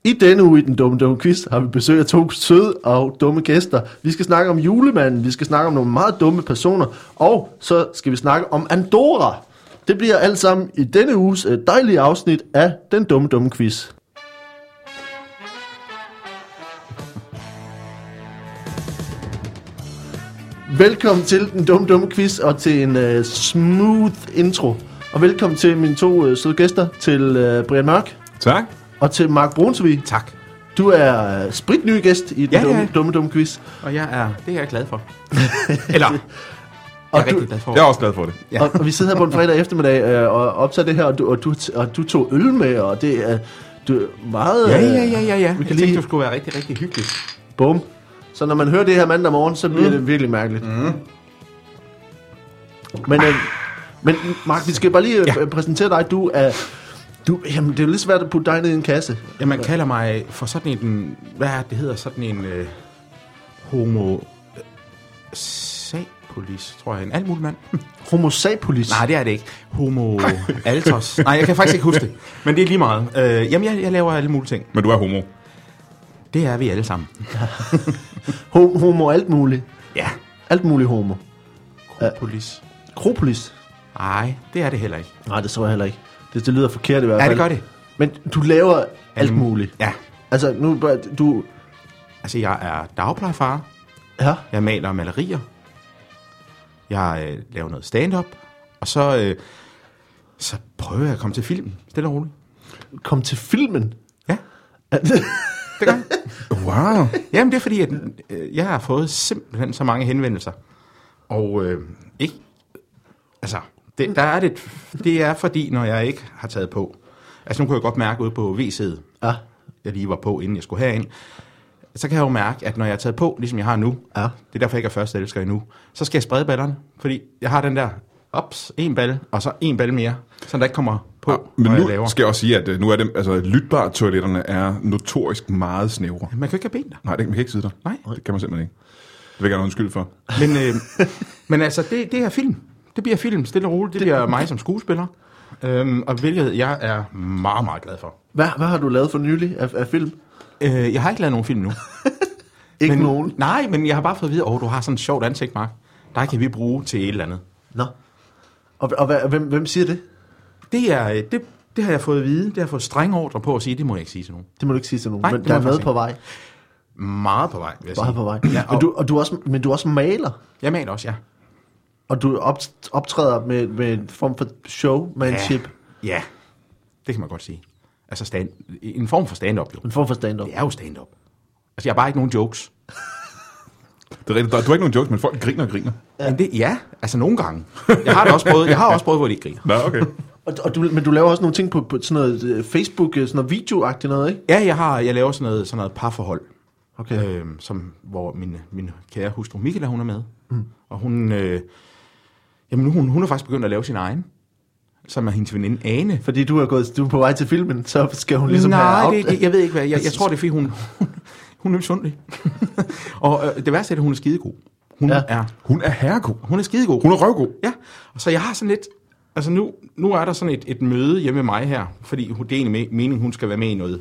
I denne uge i den dumme quiz har vi besøg af 2 søde og dumme gæster. Vi skal snakke om julemanden, vi skal snakke om nogle meget dumme personer, og så skal vi snakke om Andorra. Det bliver alt sammen i denne uges dejlige afsnit af den dumme quiz. Velkommen til den dumme quiz og til en smooth intro. Og velkommen til mine 2 søde gæster, til Brian Mørk. Tak. Og til Mark Brunsvig. Tak. Du er spritny gæst i den dumme quiz. Og det er jeg glad for. Eller, jeg er rigtig glad for. Jeg er også glad for det. Ja. Og vi sidder her på en fredag eftermiddag og optager det her, og du tog øl med, og det er meget... Ja. Jeg tænkte, det skulle være rigtig, rigtig hyggeligt. Bum. Så når man hører det her mandag morgen, så bliver det virkelig mærkeligt. Men Mark, vi skal bare lige præsentere dig. Jamen, det er jo lidt svært at putte dig ned i en kasse. Ja, man kalder mig for sådan en... Hvad er det hedder? Sådan en homo... sapolis, tror jeg. En alt mulig mand. Homo sapolis? Nej, det er det ikke. Homo altos. Nej, jeg kan faktisk ikke huske det. Men det er lige meget. Jamen, jeg laver alle mulige ting. Men du er homo? Det er vi alle sammen. Homo alt muligt? Ja. Alt muligt homo? Kropolis. Kropolis? Nej, det er det heller ikke. Nej, det tror jeg heller ikke. Det lyder forkert i hvert fald. Ja, det gør det. Men du laver alt muligt. Ja. Altså, Altså, jeg er dagplejefar. Ja. Jeg maler malerier. Jeg laver noget stand-up. Og så prøver jeg at komme til film. Stille og roligt. Kom til filmen? Ja. Det gør jeg. Wow. Jamen, det er fordi, at jeg har fået simpelthen så mange henvendelser. Og ikke... Altså... Det er fordi, når jeg ikke har taget på. Altså nu kunne jeg godt mærke ude på WC'et, jeg lige var på, inden jeg skulle herind. Så kan jeg jo mærke, at når jeg har taget på, ligesom jeg har nu, det er derfor, jeg ikke er første elsker endnu, så skal jeg sprede ballerne. Fordi jeg har den der, en ball, og så en ball mere, så der ikke kommer på, men når nu jeg laver. skal jeg også sige, at nu er det, altså lytbare toiletterne er notorisk meget snævre. Man kan ikke have ben der. Nej, man kan ikke sidde der. Nej. Det kan man simpelthen ikke. Det vil jeg gerne undskylde for. Men altså, det er film. Det bliver film, stille og roligt. Det bliver mig som skuespiller. Og hvilket jeg er meget, meget glad for. Hvad har du lavet for nylig af film? Jeg har ikke lavet nogen film nu. Ikke nogen? Nej, men jeg har bare fået at vide, du har sådan et sjovt ansigt, Mark. Der kan vi bruge til et eller andet. Nå. Og hvem siger det? Det har jeg fået at vide. Det har jeg fået streng ordre på at sige. Det må jeg ikke sige til nogen. Det må du ikke sige til nogen. Nej, men der er noget på vej. Meget på vej, vil jeg sige. Meget på vej. Ja, men du er også maler. Jeg maler også, ja. Og du optræder med en form for showmanship. Ja, det kan man godt sige. Altså en form for stand-up jo. En form for stand-up. Det er jo stand-up. Altså jeg har bare ikke nogen jokes. Det er rigtigt. Du har ikke nogen jokes, men folk griner. Ja. Men altså nogle gange. Jeg har også prøvet, hvor de ikke griner. Nå, okay. Men du laver også nogle ting på sådan noget Facebook, sådan noget videoagtigt noget, ikke? Ja, jeg laver sådan noget parforhold. Okay. Hvor min kære hustru Michaela, hun er med. Og hun... hun er faktisk begyndt at lave sin egen. Som er hendes veninde Ane. Fordi du er på vej til filmen, så skal hun ligesom have... jeg ved ikke hvad. Jeg tror, det er fordi hun er misundelig. Og det værste er, at hun er skidegod. Hun er herregod. Hun er skidegod. Hun er røvgod. Ja, og så jeg har sådan lidt... Altså nu er der sådan et møde hjemme med mig her. Fordi det er egentlig meningen, hun skal være med i noget.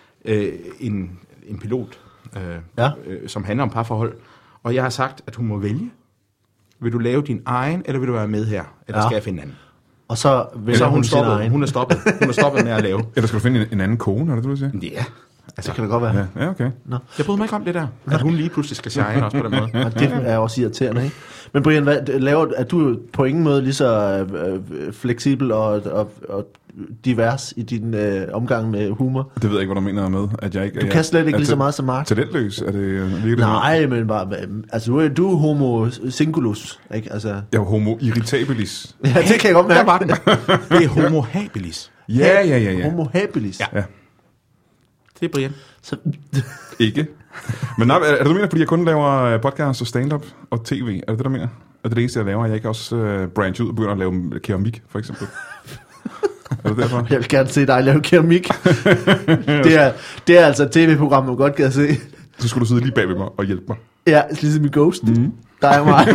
En pilot, som handler om parforhold. Og jeg har sagt, at hun må vælge. Vil du lave din egen, eller vil du være med her? Eller skal jeg finde en anden? Og så vælger hun sin egen. Hun er stoppet med at lave. Eller skal du finde en anden kone, er det du vil sige? Ja. Altså, det kan det godt være. Ja, okay. Nå. Jeg bryder mig ikke om det der, at hun lige pludselig skal shine også på den måde. Og det er også irriterende, ikke? Men Brian, er du på ingen måde lige så fleksibel og divers i din omgang med humor? Det ved jeg ikke, hvad du mener med, at jeg ikke... Du kan slet ikke lige så meget som Mark. Talentløs, er det virkelig? Nej, men bare... Altså, du er homo singulus, ikke? Altså... Jeg er homo irritabilis. Ja, det kan jeg godt mærke. Der var den. Det er homo habilis. Ja. Homo habilis. Ja. Det er Brian. Ikke. Men nej, er det du mener, fordi jeg kun laver podcast og stand-up og tv? Er det det, du mener? Er det eneste, jeg laver? Jeg ikke også branche ud og begynder at lave keramik, for eksempel? Er det derfor? Jeg vil gerne se dig lave keramik. det er altså et tv-program, man godt kan se. Så skulle du sidde lige bag ved mig og hjælpe mig. Ja, ligesom i Ghost. Dig og mig.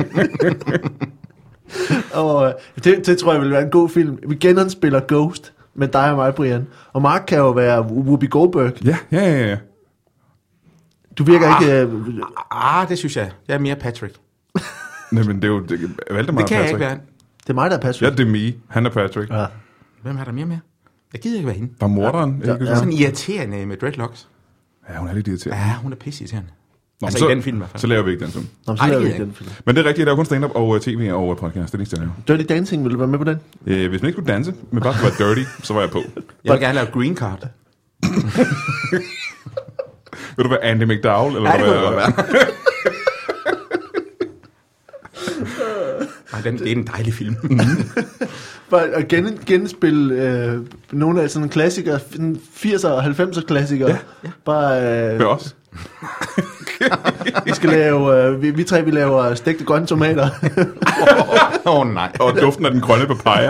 Og det tror jeg vil være en god film. Vi genanspiller Ghost. med dig og mig, Brian. Og Mark kan jo være Whoopi Goldberg. Ja. Du virker ikke... Det synes jeg. Jeg er mere Patrick. Nej, men det er jo Valdemar Det kan jeg Patrick. ikke være. Det er mig, der er Patrick. Ja, det er me. Han er Patrick. Ja. Hvem er der mere med? Jeg gider ikke være hende. Var morderen. Ja. Ikke? Hun er sådan irriterende med dreadlocks. Ja, hun er lidt irriterende. Ja, hun er pisseirriterende. Nå, Altså så, i den film i hvert fald. Så laver vi ikke den film. Nå, så Ej, laver vi det ikke er den film. Men det er rigtigt, der er kun stand-up og tv og podcast. Det er det, jeg laver. Dirty Dancing, vil du være med på den? Hvis man ikke skulle danse, men bare skulle være dirty, så var jeg på. Jeg vil gerne lave green card. Vil du være Andy McDowell? Eller Ja, det vil kunne du det godt være. Ej, det er en dejlig film. Bare at genspille nogle af sådan en klassikere, 80'er og 90'er klassikere. Ja. Bare... Med os? Vi skal lave... vi tre, vi laver stegte grønne tomater. Nej. Og duften af den grønne papaya.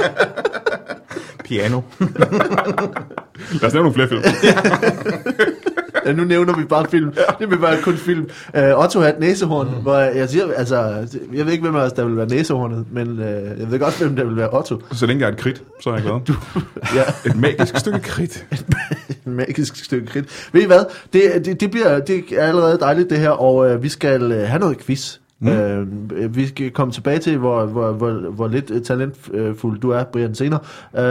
Piano. Lad os lave nogle flere film. Ja, nu nævner vi bare film. Det vil være kun film. Otto har et næsehorn, hvor jeg siger, altså, jeg ved ikke, hvem af os, der vil være næsehornet, men jeg ved godt, hvem der vil være Otto. Så længe jeg er et kridt, så er jeg glad. Ja, Et magisk stykke kridt. et magisk stykke kridt. Ved I hvad? Det er allerede dejligt, det her, og vi skal have noget quiz. Vi skal komme tilbage til, hvor lidt talentfuld du er, Brian, senere.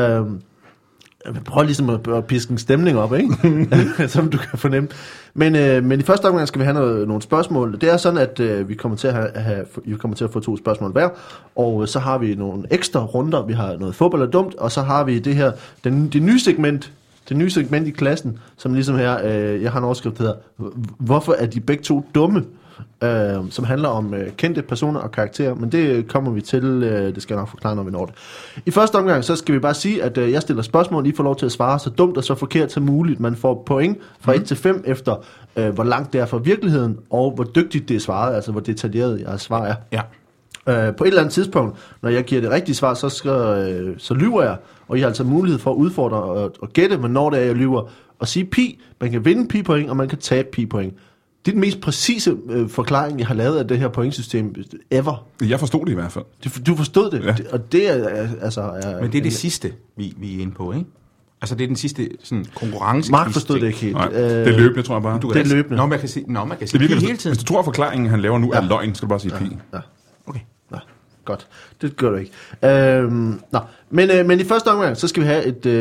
Prøv ligesom at piske en stemning op, ikke? Som du kan fornemme. Men i første omgang skal vi have nogle spørgsmål. Det er sådan, at vi kommer til at få 2 spørgsmål hver, og så har vi nogle ekstra runder. Vi har noget fodbold er dumt, og så har vi det her, det nye segment i klassen, som ligesom her, jeg har en overskrift, der hedder, hvorfor er de begge to dumme? Som handler om kendte personer og karakterer, men det kommer vi til, det skal jeg nok forklare, når vi når det. I første omgang, så skal vi bare sige, at jeg stiller spørgsmål, I får lov til at svare så dumt og så forkert som muligt. Man får point fra 1 til 5 efter, hvor langt det er fra virkeligheden, og hvor dygtigt det er svaret, altså hvor detaljeret jeres svar er. Ja. På et eller andet tidspunkt, når jeg giver det rigtige svar, så lyver jeg, og I har altså mulighed for at udfordre og gætte, hvornår det er, jeg lyver, og sige pi. Man kan vinde pi-point, og man kan tabe pi-point. Det er den mest præcise forklaring, jeg har lavet af det her pointsystem ever. Jeg forstod det i hvert fald. Du forstod det, Ja. Og det er altså... Men det er det sidste, vi er inde på, ikke? Altså, det er den sidste sådan, konkurrence. Mark forstod det ikke helt. Nej, det er løbende, tror jeg bare. Det er løbende. Man kan sige Det virker, hele tiden. hvis du tror, at forklaringen, han laver nu, er løgn, skal du bare sige pi. Ja. Okay. Nå, godt. Det gør du ikke. Men i første omgang, så skal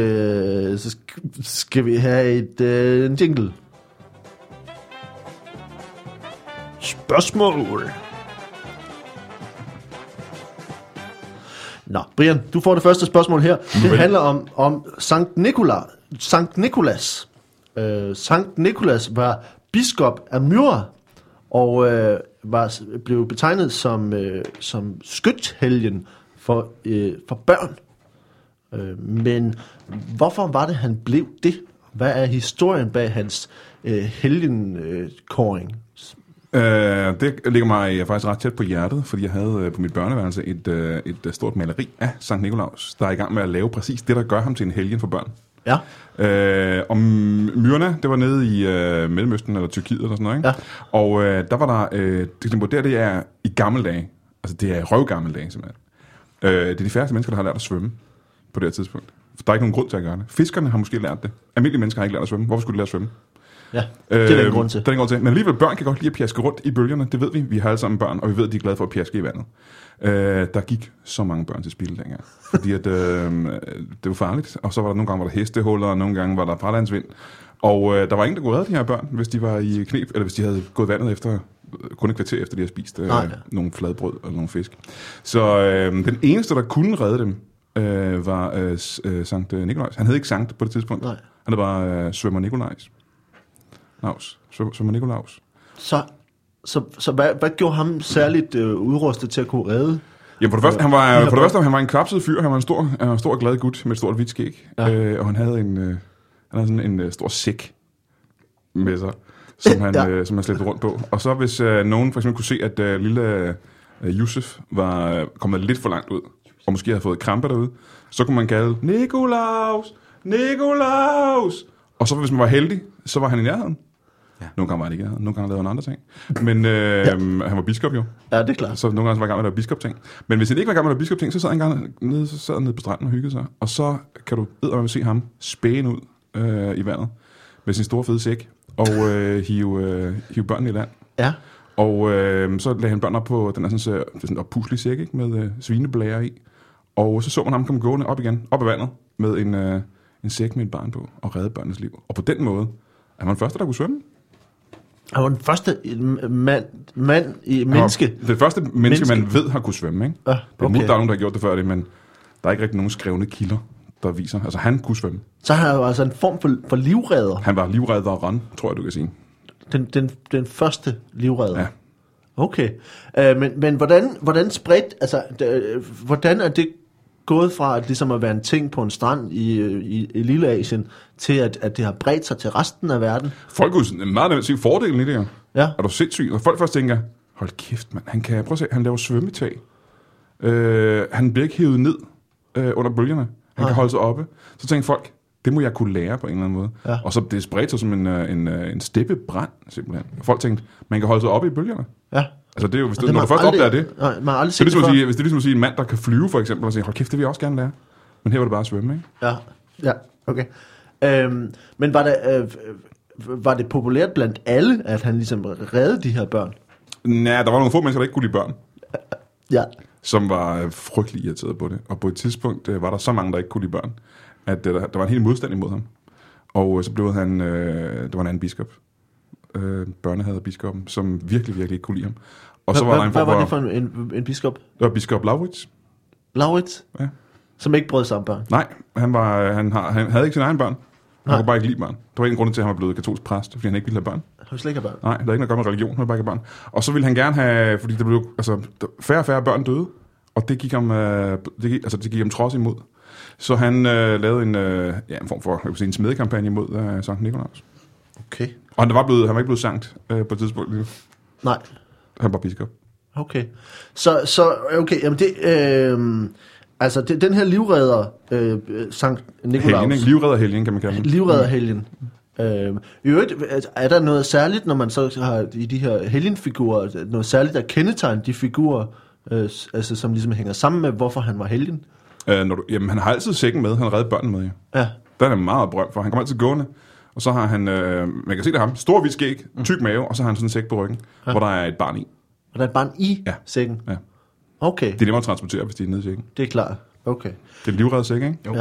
vi have en jingle. Spørgsmål. Nå, Brian, du får det første spørgsmål her. Det handler om Sankt Nikolas. Sankt Nikolas var biskop af Myra, og blev betegnet som skytshelgen for børn. Men hvorfor var det, han blev det? Hvad er historien bag hans helgenkåring? Det ligger mig faktisk ret tæt på hjertet, fordi jeg havde på mit børneværelse et stort maleri af Sankt Nikolaus, der er i gang med at lave præcis det, der gør ham til en helgen for børn. Ja. Og Myrna, det var nede i Mellemøsten eller Tyrkiet eller sådan noget, ikke? Ja. Og der var der, det er i gamle dage, altså det er røvgamle dage simpelthen. Det er de færreste mennesker, der har lært at svømme på det her tidspunkt. For der er ikke nogen grund til at gøre det. Fiskerne har måske lært det. Almindelige mennesker har ikke lært at svømme. Hvorfor skulle de lære at svømme? Ja, det er der en grund til. Det er en grund til. Men alligevel, børn kan godt lide at pjaske rundt i bølgerne. Det ved vi. Vi har alle sammen børn, og vi ved, at de er glade for at pjaske i vandet. Der gik så mange børn til spilde dengang. Fordi at, det var farligt. Og så var der nogle gange var der hestehuller, og nogle gange var der fralandsvind. Og der var ingen, der kunne redde de her børn, hvis de var i kneb, eller hvis de havde gået vandet efter kun et kvarter efter, de havde spist nogle fladbrød eller nogle fisk. Så den eneste, der kunne redde dem, var Sankt Nikolajs. Han hed ikke Sankt på det tidspunkt. Nej. Han hed bare Svømmer Nikolajs. Svømmer Nikolaus. Så hvad gjorde ham særligt udrustet til at kunne redde? Jamen for det første, han var en kvapset fyr. Han var en stor glad gut med et stort hvidt skæg. Ja. Og han havde sådan en stor sæk med sig, som han slæbte rundt på. Og så hvis nogen for eksempel kunne se, at lille Josef var kommet lidt for langt ud, og måske havde fået krampe derude, så kunne man kalde Nikolaus! Og så hvis man var heldig, så var han i nærheden. Ja. Nogle gange var det ikke, nogle gange lavede han andre ting. Men han var biskop jo. Ja, det er klart. Så nogle gange var han i gang med at lave biskop-ting. Men hvis han ikke var i gang med at lave biskop-ting, så sad han nede på stranden og hyggede sig. Og så kan du se ham spæne ud i vandet med sin store fede sæk og hive børnene i land. Ja. Og så lagde han børn op på den er sådan oppuslig sæk, ikke, med svineblære i. Og så man ham komme gående op igen, op ad vandet, med en sæk med et barn på, og redde børnenes liv. Og på den måde er man den første, der kunne svømme. Han var den første menneske. Det første menneske, man ved har kunne svømme, ikke? Ja, okay. Det er muligt, der er nogen, der har gjort det før det, men der er ikke rigtig nogen skrevne kilder, der viser. Altså, han kunne svømme. Så han var altså en form for livredder. Han var livredderen, tror jeg, du kan sige. Den første livredder. Ja. Okay. Men hvordan spredt, altså, hvordan er det gået fra at ligesom at være en ting på en strand i Lille Asien, til at det har bredt sig til resten af verden? Folk kunne meget nemt se fordelen i det her. Ja. Er du sindssygt? Og folk først tænker, hold kæft, mand, prøv at se, han laver svømmetag. Han bliver ikke hævet ned under bølgerne. Han kan holde sig oppe. Så tænker folk, det må jeg kunne lære på en eller anden måde. Ja. Og så det spredte sig som en steppebrand, simpelthen. Folk tænkte, man kan holde sig oppe i bølgerne. Ja. Altså det er jo, hvis når du først opdager det. Nej, man har aldrig så det set det før. Hvis det er ligesom at sige en mand, der kan flyve, for eksempel, og sige, hold kæft, det vil jeg også gerne lære. Men her var det bare at svømme, ikke? Ja, okay. Men var det populært blandt alle, at han ligesom reddede de her børn? Nej, der var nogle få mennesker, der ikke kunne lide børn. Ja. Som var frygtelig irriteret på det. Og på et tidspunkt var der så mange, der ikke kunne lide børn, at der var en hel modstand imod ham. Og så blev han, det var en anden biskop, børnehaderbiskoppen, som virkelig, virkelig ikke kunne lide ham. Og så var der hvad var det for en biskop? Det var biskop Laurits. Laurits? Ja. Som ikke brød sig om børn? Nej, han havde ikke sine egne børn. Han kunne bare ikke lide børn. Det var en grund til, at han var blevet katolsk præst, fordi han ikke ville have børn. Han ville slet ikke have børn? Nej, det havde ikke noget at gøre med religion, han ville bare ikke have børn. Og så ville han gerne have, fordi der blev færre og færre børn døde, og det gik ham trods imod. Så han lavede en form for en smedekampagne mod Sankt Nikolaus. Okay. Og han var ikke blevet sankt på et tidspunkt. Nej. Han var biskop. Okay. Så okay, jamen det... Altså, den her livredder, Sankt Nikolaus... Helgen, livredderhelgen, kan man kalde den. Livredderhelgen. I øvrigt, er der noget særligt, når man så har i de her helgenfigurer, noget særligt, der kendetegner de figurer, altså, som ligesom hænger sammen med, hvorfor han var helgen? Jamen, han har altid sækken med. Han redder børnene med, jo. Ja. Den er meget berømt for. Han kommer altid gående, og så har han... man kan se det ham. Stor hvid skæg, tyk mave, og så har han sådan en sæk på ryggen, hvor der er et barn i. Og der er et barn i sækken? Ja. Okay. Det er nemmere at transportere, hvis de er nede i sækken. Det er klart. Okay. Det er livredder sæk, ikke? Jo. Ja.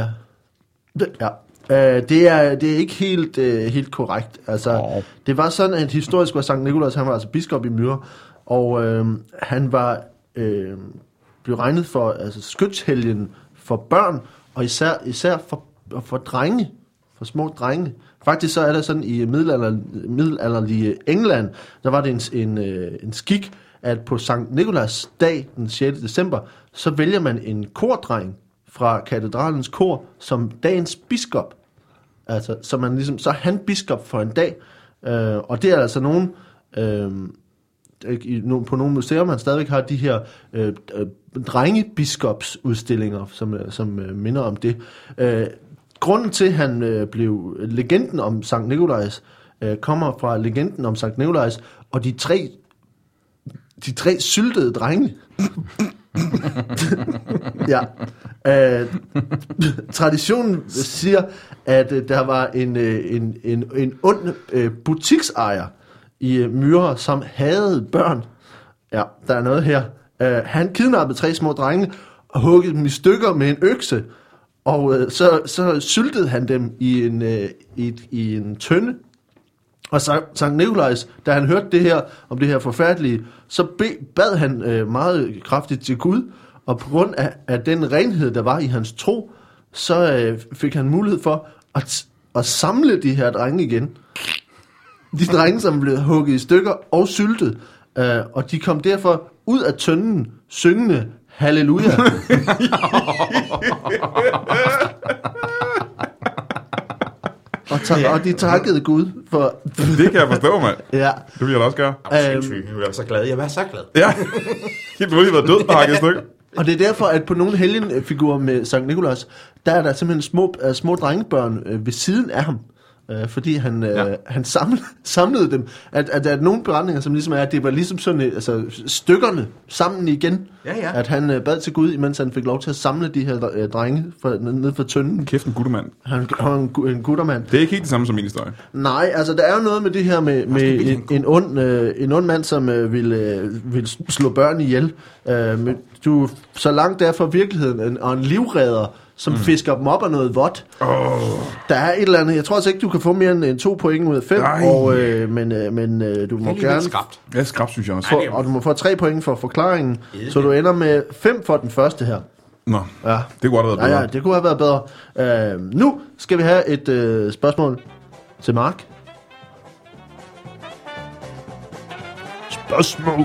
Det er ikke helt korrekt. Altså, det var sådan, at historisk var Sankt Nikolaus, han var altså biskop i Myre, og han var blev regnet for skytshelgen for børn, og især for drenge, for små drenge. Faktisk så er der sådan i middelalderlige England, der var det en skik, at på Sankt Nikolaus dag, den 6. december, så vælger man en kordreng fra katedralens kor som dagens biskop. Altså, så er han biskop for en dag. Og det er altså nogen på nogle museer, man stadigvæk har de her drengebiskopsudstillinger, som minder om det. Grunden til, at han blev legenden om Sankt Nikolaus, kommer fra legenden om Sankt Nikolaus og de tre syltede drenge. Ja. Traditionen siger, at der var en ond butiksejer i Myre, som havde børn. Ja, der er noget her. Han kidnappede 3 små drenge og huggede dem i stykker med en økse, og så syltede han dem i en tønde. Og Sankt Nikolaus, da han hørte det her, om det her forfærdelige, så bad han meget kraftigt til Gud, og på grund af den renhed, der var i hans tro, så fik han mulighed for at samle de her drenge igen. De drenge, som blev hugget i stykker og syltet, og de kom derfor ud af tønden syngende halleluja. Og de takkede Gud for... Det kan jeg forstå, mand. Ja. Det vil jeg da også gøre. Jeg er så glad. Jeg var så glad. Ja. Helt vildt været død og hakket et stykke. Og det er derfor, at på nogle helgenfigurer med Sankt Nikolaus, der er der simpelthen små drengebørn ved siden af ham. fordi han samlede dem. At der er nogle beretninger, som ligesom er, at det var ligesom sådan, altså stykkerne sammen igen. Ja. At han bad til Gud, imens han fik lov til at samle de her drenge ned fra tønden. Kæft, en guttermand. Han var en guttermand. Det er ikke helt det samme som min historie. Nej, altså der er jo noget med det her med en ond mand, som vil slå børn ihjel. Du er så langt der fra virkeligheden, og en livredder, som fisker dem op af noget vådt. Der er et eller andet. Jeg tror altså ikke, du kan få mere end 2 point ud af 5. Men du må gerne... Skrabt. Ja, skrab, synes jeg også. Og du må få 3 point for forklaringen. Så du ender med 5 for den første her. Nå, Ja. det kunne godt have været bedre. Ja, det kunne have været bedre. Nu skal vi have et spørgsmål til Mark. Spørgsmål.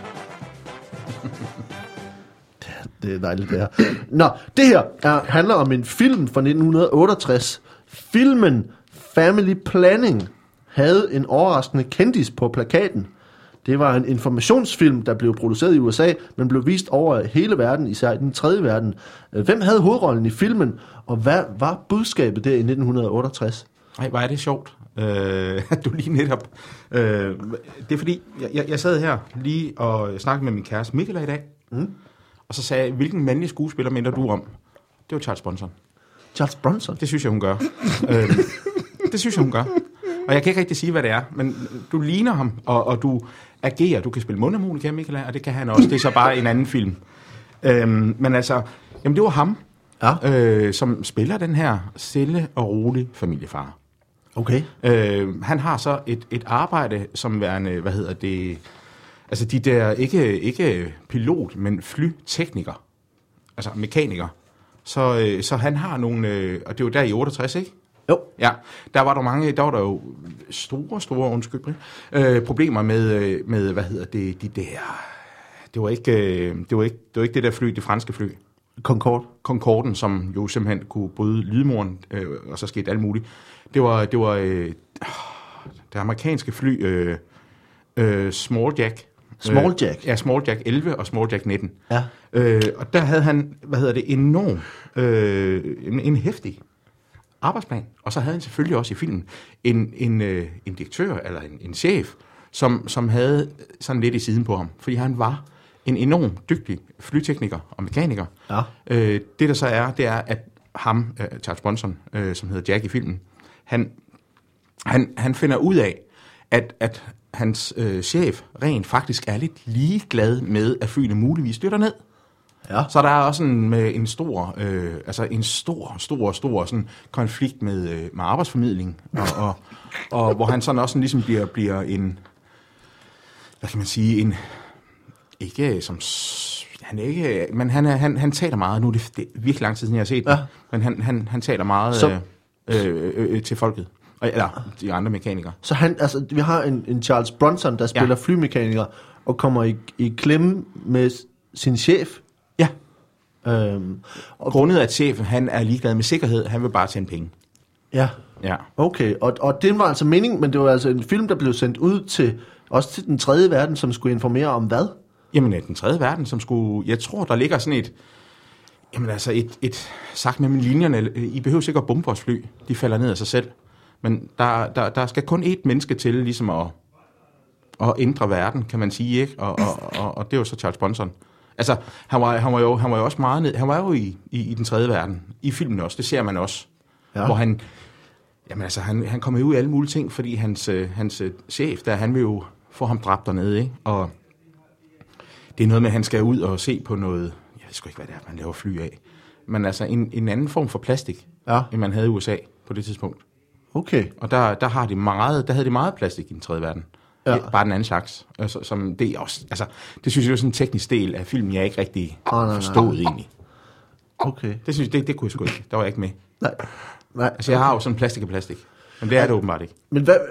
Det er dejligt, det her. Nå, det her handler om en film fra 1968. Filmen Family Planning havde en overraskende kendis på plakaten. Det var en informationsfilm, der blev produceret i USA, men blev vist over hele verden, især i den tredje verden. Hvem havde hovedrollen i filmen, og hvad var budskabet der i 1968? Nej, hvor er det sjovt, at du lige netop... det er fordi, jeg sad her lige og snakkede med min kæreste Michaela i dag, og så sagde jeg, hvilken mandlig skuespiller minder du om? Det var Charles Bronson. Charles Bronson? Det synes jeg, hun gør. Det synes jeg, hun gør. Og jeg kan ikke rigtig sige, hvad det er, men du ligner ham, og du agerer. Du kan spille mundharmonika, Michaela, og det kan han også. Det er så bare en anden film. Men altså, jamen det var ham, som spiller den her stille og rolig familiefar. Okay. Han har så et arbejde som værende, altså de der, ikke pilot, men flytekniker, altså mekaniker. Så han har nogle, og det var der i 68, ikke? Jo. Ja, der var der jo store problemer med det var ikke det der fly, det franske fly. Concorden, som jo simpelthen kunne bryde lydmuren, og så skete alt muligt. Det var det amerikanske fly, Small Jack. Small Jack? Ja, Small Jack 11 og Small Jack 19. Ja. Og der havde han, enorm, en heftig arbejdsplan. Og så havde han selvfølgelig også i filmen en direktør, eller en chef, som havde sådan lidt i siden på ham. Fordi han var en enormt dygtig flytekniker og mekaniker. Ja. Det der så er, det er, at ham, Charles Bronson, som hedder Jack i filmen, han finder ud af, at hans chef rent faktisk er lidt ligeglad med, at flyene muligvis styrter ned. Ja. Så der er også en stor sådan konflikt med arbejdsformidling, og hvor han sådan også ligesom bliver en, hvad kan man sige, ikke som han er ikke, men han taler meget nu. Det er virkelig lang tid siden jeg har set det, men han taler meget til folket. Eller de andre mekanikere. Så vi har en Charles Bronson, der spiller flymekaniker, og kommer i klemme med sin chef. Ja. Grundet at chefen, han er ligeglad med sikkerhed, han vil bare tjene penge. Ja. Ja. Okay, og det var altså meningen, men det var altså en film, der blev sendt ud til den tredje verden, som skulle informere om hvad? Jamen, den tredje verden, som skulle... Jeg tror, der ligger sådan et sagt med linjerne, I behøver sikkert bombe vores fly, de falder ned af sig selv. Men der skal kun ét menneske til, ligesom at ændre verden, kan man sige, ikke? Og det er jo så Charles Bronson. Altså, han var jo også meget ned. Han var jo i den tredje verden. I filmen også, det ser man også. Ja. Hvor han kommer jo ud i alle mulige ting, fordi hans chef, han vil jo få ham dræbt dernede, ikke? Og det er noget med, at han skal ud og se på noget, jeg ved sgu ikke, hvad det er, man laver fly af. Men altså en anden form for plastik, end man havde i USA på det tidspunkt. Okay. Og der havde de meget plastik i den tredje verden. Ja. Bare den anden slags. Altså, som det også, altså, det synes jeg er sådan en teknisk del af filmen, jeg ikke rigtig forstod egentlig. Okay. Det synes jeg, det kunne jeg sgu ikke. Der var jeg ikke med. Nej. Altså, jeg har jo sådan plastik. Men det er det åbenbart ikke. Men hvad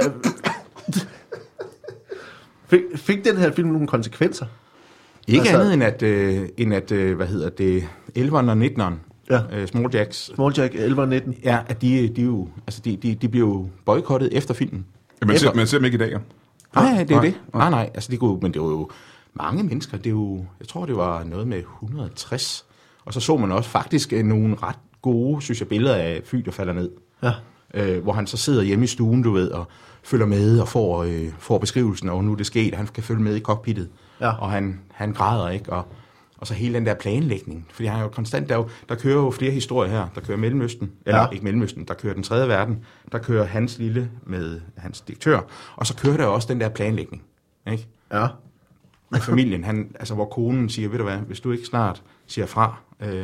fik den her film nogle konsekvenser? Ikke andet end at 11'eren og 19'eren. Ja. Small Jack 11 og 19. Ja, at de jo, altså de blev jo boykottet efter filmen. Ja, man ser dem ikke i dag, ja. Nej, det er jo det. Nej, altså men det var jo mange mennesker. Det er jo, jeg tror, det var noget med 160. Og så man også faktisk nogle ret gode, synes jeg, billeder af fly, der falder ned. Ja. hvor han så sidder hjemme i stuen, du ved, og følger med og får beskrivelsen over, nu det sket, han kan følge med i cockpittet, og han græder, ikke? Og så hele den der planlægning, fordi han er jo konstant, der kører jo flere historier her, der kører Mellemøsten, eller ikke Mellemøsten, der kører den tredje verden, der kører Hans Lille med hans direktør, og så kører der jo også den der planlægning, ikke? Ja. Med familien, hvor konen siger, ved du hvad, hvis du ikke snart siger fra,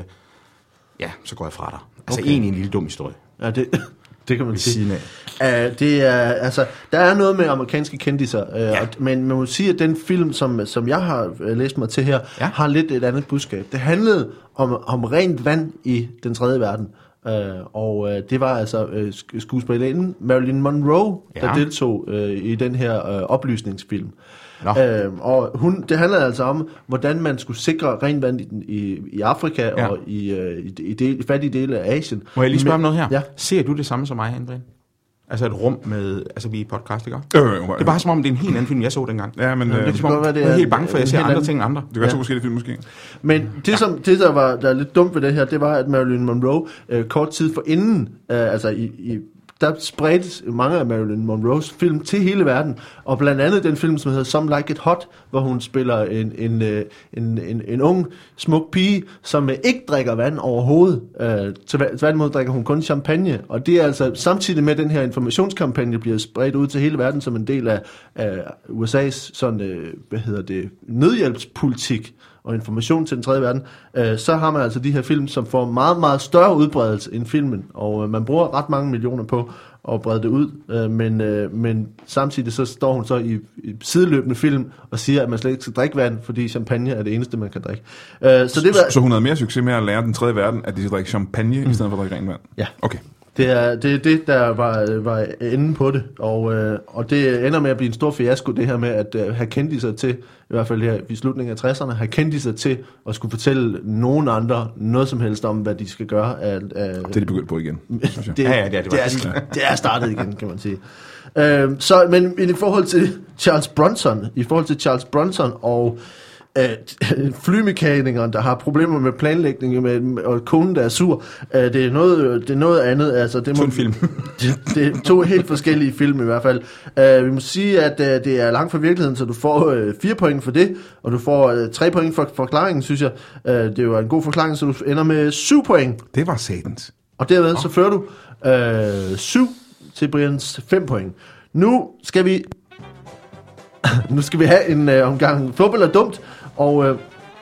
så går jeg fra dig. Altså egentlig en lille dum historie. Ja, det kan man sige. Det er, altså, der er noget med amerikanske kendiser, men man må sige, at den film, som jeg har læst mig til her, har lidt et andet budskab. Det handlede om rent vand i den tredje verden. Og det var altså skuespillerinden Marilyn Monroe, der deltog i den her oplysningsfilm. Og det handler altså om, hvordan man skulle sikre rent vand i Afrika og i fattige dele af Asien. Må jeg lige spørge om noget her? Ja. Ser du det samme som mig, Henrik? Altså et rum med, vi er podcast, ikke? Det er bare som om, det er en helt anden film, jeg så dengang. Ja, men det er som om, jeg er helt bange for, at jeg ser andre ting end andre. Det var 2 forskellige film måske. Men det der er lidt dumt ved det her, det var, at Marilyn Monroe kort tid forinden, der spredtes mange af Marilyn Monroes film til hele verden, og blandt andet den film, som hedder Some Like It Hot, hvor hun spiller en ung, smuk pige, som ikke drikker vand overhovedet. Tværtimod drikker hun kun champagne, og det er altså samtidig med, den her informationskampagne bliver spredt ud til hele verden som en del af USA's sådan, nødhjælpspolitik og information til den tredje verden, så har man altså de her film, som får meget, meget større udbredelse end filmen, og man bruger ret mange millioner på at brede det ud, men samtidig så står hun så i sideløbende film og siger, at man slet ikke skal drikke vand, fordi champagne er det eneste, man kan drikke. Så hun havde mere succes med at lære den tredje verden, at de skal drikke champagne, i stedet for at drikke rent vand? Ja. Okay. Det er det, der var enden på det, og det ender med at blive en stor fiasko, det her med at have kendiser til, i hvert fald her i slutningen af 60'erne, have kendiser til at skulle fortælle nogen andre noget som helst om, hvad de skal gøre. Det er de begyndt på igen, synes jeg. Det er startet igen, kan man sige. Men i forhold til Charles Bronson og flymekanikeren, der har problemer med planlægning og konen, der er sur. Det er noget andet. Altså, det er film. det er 2 helt forskellige film i hvert fald. Vi må sige, at det er langt fra virkeligheden, så du får 4 point for det, og du får 3 point for forklaringen, synes jeg. Det er jo en god forklaring, så du ender med 7 point. Det var satans. Og derved så fører du 7 til Brians 5 point. Nu skal vi have en omgang fodbold er dumt, og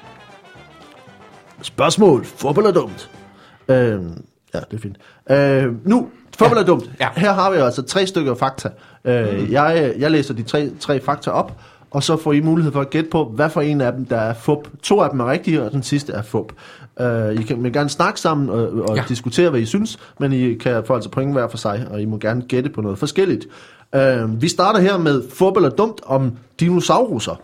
spørgsmål, fodbold er dumt. Ja, det er fint. Nu, fodbold er dumt. Ja. Her har vi altså 3 stykker fakta. Jeg læser de 3 fakta op, og så får I mulighed for at gætte på, hvad for en af dem, der er fup. 2 af dem er rigtige, og den sidste er fup. I kan gerne snakke sammen og diskutere, hvad I synes, men I kan få altså point hver for sig, og I må gerne gætte på noget forskelligt. Vi starter her med fodbold er dumt om dinosauruser.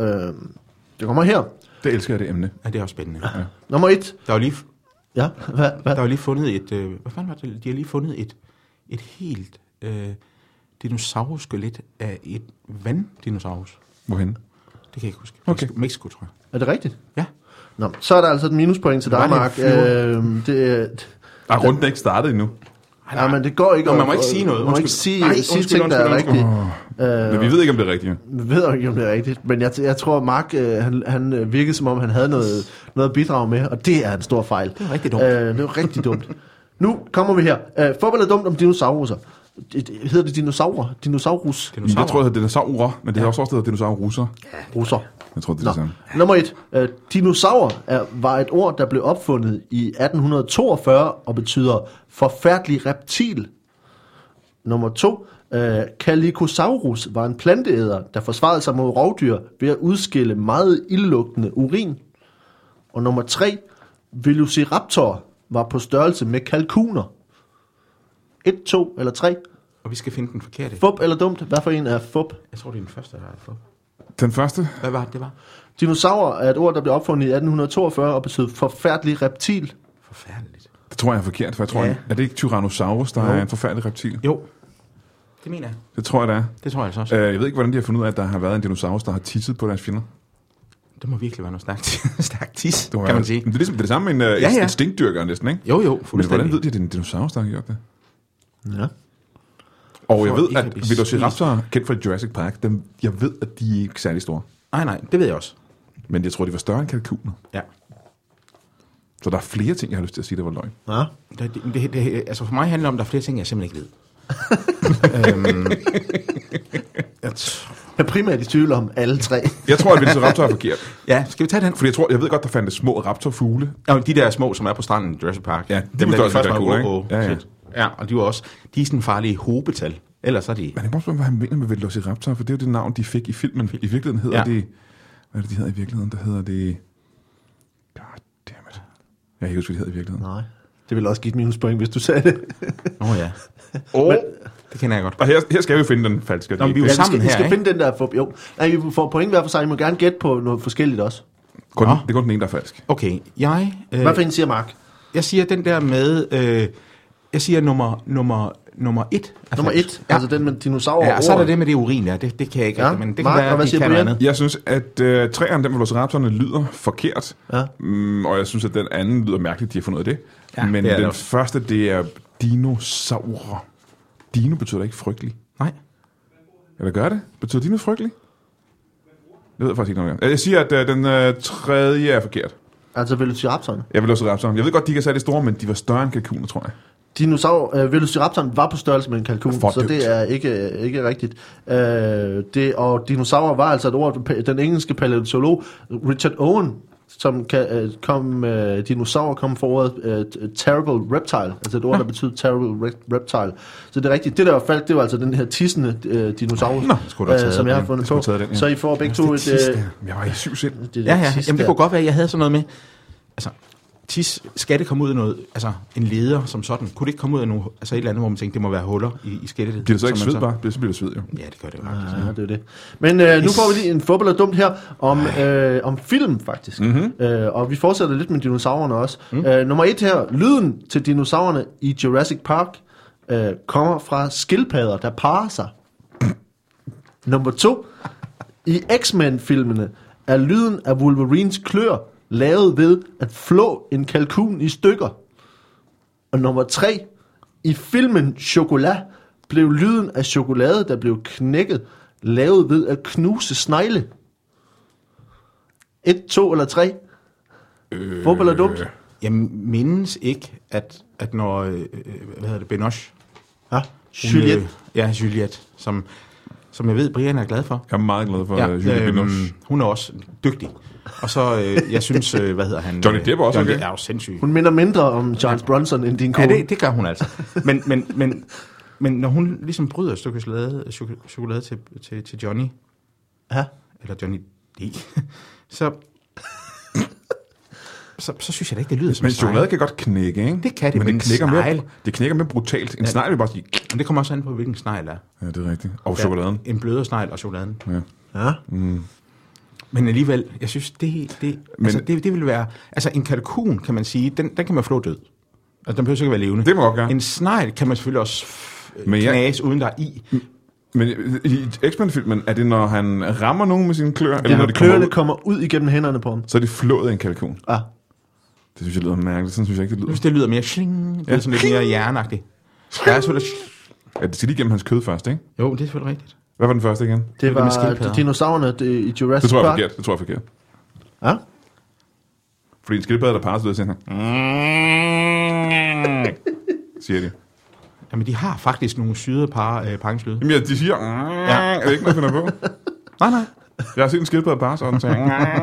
Det kommer her. Det elsker jeg, det emne. Ja, det er også spændende. Ja. Nummer 1. Der var lige... Ja, hvad? Der var lige fundet et... hvad fanden var det? De har lige fundet et helt dinosaurus-skelet af et vanddinosaurus. Hvorhenne? Det kan jeg ikke huske. Okay. Mexico, tror jeg. Er det rigtigt? Ja. Nå, så er der altså et minuspoint til dig, Mark. Runden er ikke startet endnu. Nej, men det går ikke. Man må ikke sige noget. Man må ikke sige ting, der er rigtige. Men vi ved ikke, om det er rigtigt. Vi ved ikke, om det er rigtigt. Men jeg tror, Mark, han virkede, som om han havde noget at bidrage med, og det er en stor fejl. Det er rigtig dumt. Det er rigtig dumt. Nu kommer vi her. Fodbold er dumt om dinosauruser. Hedder det dinosaurer? Dinosaurus? Jeg tror, det hedder dinosaurer, men det er også hedder dinosaurusser. Ja, russer. Jeg tror, det er det samme. Nummer 1. Dinosaur var et ord, der blev opfundet i 1842 og betyder forfærdelig reptil. Nummer 2. Calicosaurus var en planteæder, der forsvarede sig mod rovdyr ved at udskille meget ildelugtende urin. Og nummer 3. Velociraptor var på størrelse med kalkuner. 1, 2 eller 3. Og vi skal finde den forkerte. Fup eller dumt? Hvad for en er fup? Jeg tror, det er den første, der er fup. Den første? Hvad var det, var? Dinosaur er et ord, der blev opfundet i 1842 og betyder forfærdelig reptil. Forfærdeligt. Det tror jeg er forkert, for jeg tror, er det ikke Tyrannosaurus, der er en forfærdelig reptil? Jo, det mener jeg. Det tror jeg, det er. Det tror jeg altså også. Jeg ved ikke, hvordan de har fundet ud af, at der har været en dinosaurus, der har tisset på deres fjender. Det må virkelig være noget stærkt tis, kan man sige. Men det er ligesom det samme med en stinkdyrker næsten, ikke? Jo, men hvordan ved de, at det er en dinosaurus, der har gjort det? Ja. Og jeg ved, ikke at at blive Velociraptor er kendt fra Jurassic Park. Jeg ved, at de er ikke særlig store. Nej, det ved jeg også. Men jeg tror, de var større end kalkuner. Ja. Så der er flere ting, jeg har lyst til at sige, der var løgn. Ja. Altså for mig handler det om, at der er flere ting, jeg simpelthen ikke ved. Jeg er primært i tvivl om alle tre. Jeg tror, at Velociraptor er forkert. Ja, skal vi tage den? Fordi jeg ved godt, der fandtes små raptorfugle. Ja, de der små, som er på stranden i Jurassic Park. Ja, dem var der også først lidt var cool, på. ikke? Ja. Ja, og de var også, de er sådan farlige hobetal. Ellers er de... Men jeg må spørge, hvad han mener med Velociraptor, for det er jo det navn, de fik i filmen. I virkeligheden hedder det... Hvad er det, de hedder i virkeligheden? Der hedder det... Goddammit. Jeg kan ikke huske, hvad de hedder i virkeligheden. Nej, det ville også give et minuspoint, hvis du sagde det. Ja. Det kender jeg godt. Og her skal vi jo finde den falske. Nå, vi er jo sammen vi skal her, finde den der... vi får point hver for sig. I må gerne gætte på noget forskelligt også. Det er kun den ene, der er falsk. Okay, Hvad for en siger Mark? Jeg siger den der med... jeg siger nummer 1. Nummer 1, altså den med dinosaurer. Ja, og så er der det med det urin, ja. Det kan jeg ikke rigtig, men det kan Mark, være, og hvad de siger kan Brian? noget andet. Jeg synes, at træerne, den Velociraptorerne, lyder forkert. Ja. Og jeg synes, at den anden lyder mærkeligt, de har fundet ud af det. Ja, men det er det den også. første, det er dinosaurer. Dino betyder ikke frygtelig. Nej. Eller gør det? Betyder dino frygtelig? Det ved jeg faktisk ikke noget om. Jeg siger, at den tredje er forkert. Altså Velociraptoren. Jeg vil også raptoren. Jeg ved godt, de kan sige det store, men de var større end kalkuner, tror jeg. Velociraptoren var på størrelse med en kalkun, så det er ikke rigtigt. Og dinosaurer var altså et ord, den engelske paleontolog Richard Owen, som dinosaurer kom for ordet terrible reptile, altså et ord, der betyder terrible reptile. Så det er rigtigt. Det der var faldt, det var altså den her tissende dinosaur, som jeg har fundet på. Den, ja. Så I får begge to et... Jeg var i syv sind. Jamen det kunne godt være, at jeg havde sådan noget med... Altså, skal det komme ud af noget, altså en leder som sådan, kunne det ikke komme ud af noget, altså et eller andet, hvor man tænkte, det må være huller i skelettet? Bliver det så ikke sved bare? Så bliver det sved, jo. Ja, det gør det jo faktisk. Ja, det er det. Men nu får vi lige en fodbold er dumt her, om film faktisk. Mm-hmm. Og vi fortsætter lidt med dinosaurerne også. Nummer 1 her, lyden til dinosaurerne i Jurassic Park kommer fra skildpadder, der parer sig. Nummer 2, i X-Men-filmene er lyden af Wolverines klør lavet ved at flå en kalkun i stykker. Og nummer 3, i filmen Chocolat blev lyden af chokolade, der blev knækket, lavet ved at knuse snegle. 1, 2 eller 3? Fodbold er dumt. Jeg mindes ikke, at når, hvad hedder det, Benoche? Ja, Juliette. Juliette, som jeg ved, Brian er glad for. Jeg er meget glad for Juliette Binoche. Hun er også dygtig. Og så, jeg synes, hvad hedder han? Johnny Depp også, Johnny okay? er jo sindssyg. Hun minder mindre om Charles Bronson end din kone. Ja, det gør hun altså. Men når hun ligesom bryder et stykke chokolade til Johnny, eller Johnny D, så synes jeg da ikke, det lyder som men en snegl. chokolade kan godt knække, ikke? Det kan det, men det knækker mere brutalt. En snegl vil bare sige... Men det kommer også an på, hvilken snegl er. Ja, det er rigtigt. Og chokoladen. En blødere snegl og chokoladen. Ja. Men alligevel, jeg synes, det vil være... Altså, en kalkun, kan man sige, den kan man flå død. Altså, den behøver ikke være levende. Det må godt gøre. En snegl kan man selvfølgelig også knase, uden der er i. Men i X-Men-filmen, er det, når han rammer nogen med sine klør? Eller når kløerne kommer ud igennem hænderne på ham. Så er det flået af en kalkun? Ja. Det synes jeg lyder mærkeligt. Sådan synes jeg ikke, det lyder. Jeg synes, det lyder mere sling. Det er sådan lidt mere hjerneagtigt. Ja, det skal lige gennem hans kød først, ikke? Jo, det er selvfølgelig rigtigt. Hvad var den første igen? Det var dinosaurerne i Jurassic Park. Det tror jeg er forkert. Ja? Fordi en skildpadde, der parer sig ud, siger han. Siger de. Jamen, de har faktisk nogle syrede pangslyde. Jamen, de siger... Er det ikke noget, jeg finder på? Nej. Jeg har set en skildpadde parre, sådan sagde.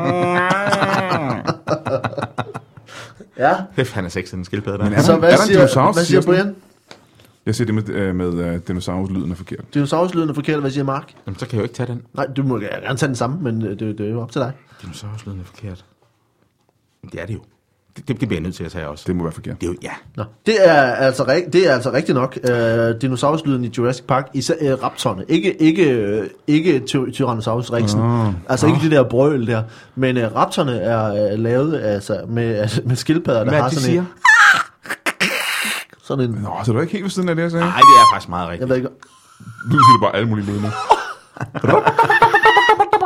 Ja. Hæft, han er sexet, en skildpadde der. Så hvad siger Brian? Jeg siger det med dinosauruslyden er forkert. Dinosauruslyden er forkert, hvad siger Mark? Jamen, så kan jeg jo ikke tage den. Nej, du må gerne tage den samme, men det er jo op til dig. Dinosauruslyden er forkert. Det er det jo. Det bliver jeg nødt til at tage også. Det må være forkert. Det er jo, ja. Nå. Det er altså rigtigt nok. Dinosauruslyden i Jurassic Park, især raptorerne. Ikke Tyrannosaurus rexen. Altså ikke det der brøl der. Men raptorerne er lavet altså, med skildpadder, der har sådan en... Sådan en... Nå, så er du ikke helt ved siden af det, jeg sagde? Nej, det er faktisk meget rigtigt. Jeg ved ikke... Du siger bare alle mulige lyde nu.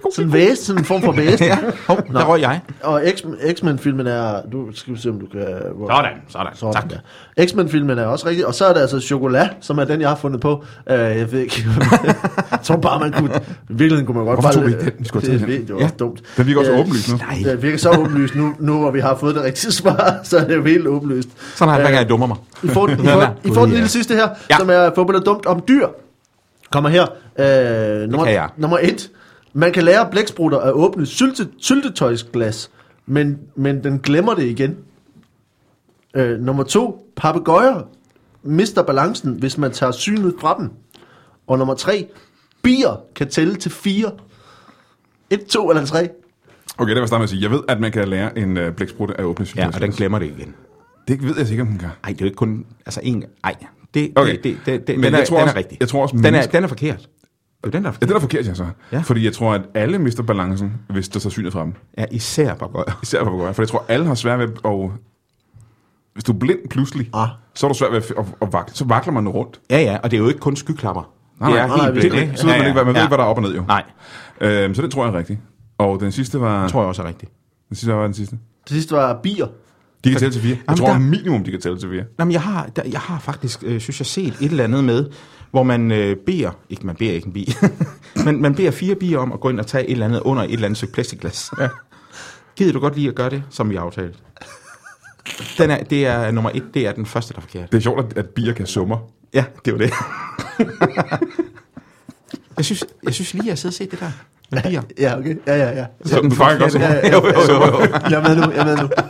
sådan en form for væsen. Ja, der røg jeg. Og X-Men-filmen er... Du skal se, om du kan... Sådan. Tak. Ja. X-Men-filmen er også rigtig. Og så er der altså Chocolat, som er den, jeg har fundet på. Jeg ved ikke... jeg tror bare, man kunne... I virkeligheden kunne man godt... Hvorfor tog vi den? Vi skulle tage den. Det var dumt. Den virker også åbenlyst nu. Nej. Det virker så åbenlyst nu, hvor vi har fået det rigtige svar, så er det jo helt åbenlyst. Sådan har jeg dummer mig. I får den lille sidste her, som er fodbold er dumt om dyr. Kommer her. Nummer 1. Man kan lære blæksprutter at åbne syltetøjsglas, men den glemmer det igen. Nummer 2. Papegøjer mister balancen, hvis man tager synet fra dem. Og nummer 3. Bier kan tælle til 4. 1, 2 eller 3. Okay, det var starten med at sige. Jeg ved, at man kan lære en blæksprutte at åbne syltetøjsglas. Ja, og den glemmer det igen. Det ved jeg sikkert, om den kan. Nej, det er jo ikke kun... Altså en... Ej, den er rigtig. Jeg tror også, den er forkert. Det er den, der er forkert. Ja, den er forkert, jeg så. Ja. Fordi jeg tror, at alle mister balancen, hvis der så synet fra dem. Ja, især papegøjer. For jeg tror, alle har svært ved at... Hvis du er blind pludselig, så er du svært ved at vakle. Så vakler man rundt. Ja, og det er jo ikke kun skyklapper. Nej, det er helt blind. Så ved man ikke, man ved ikke, hvad der er op og ned, jo. Nej. Så det tror jeg er rigtigt. Og den sidste var... Det tror jeg også er rigtigt. Den sidste var den sidste. Det sidste var bier. De kan tælle til 4. Jeg tror minimum, de kan tælle til 4. Jamen, jeg har faktisk, synes jeg, set et eller andet med, hvor man beder ikke en bi, men man beder 4 bier om at gå ind og tage et eller andet under et eller andet stykke plastikglas. Ja. Gider du godt lige at gøre det, som vi har aftalt? Det er nummer 1, det er den første, der er forkert. Det er sjovt, at bier kan summer. Ja, det var det. jeg synes lige, jeg har siddet og set det der. Med bier. Ja, okay. Ja. Så den faktisk også. Jo. Jeg er med nu.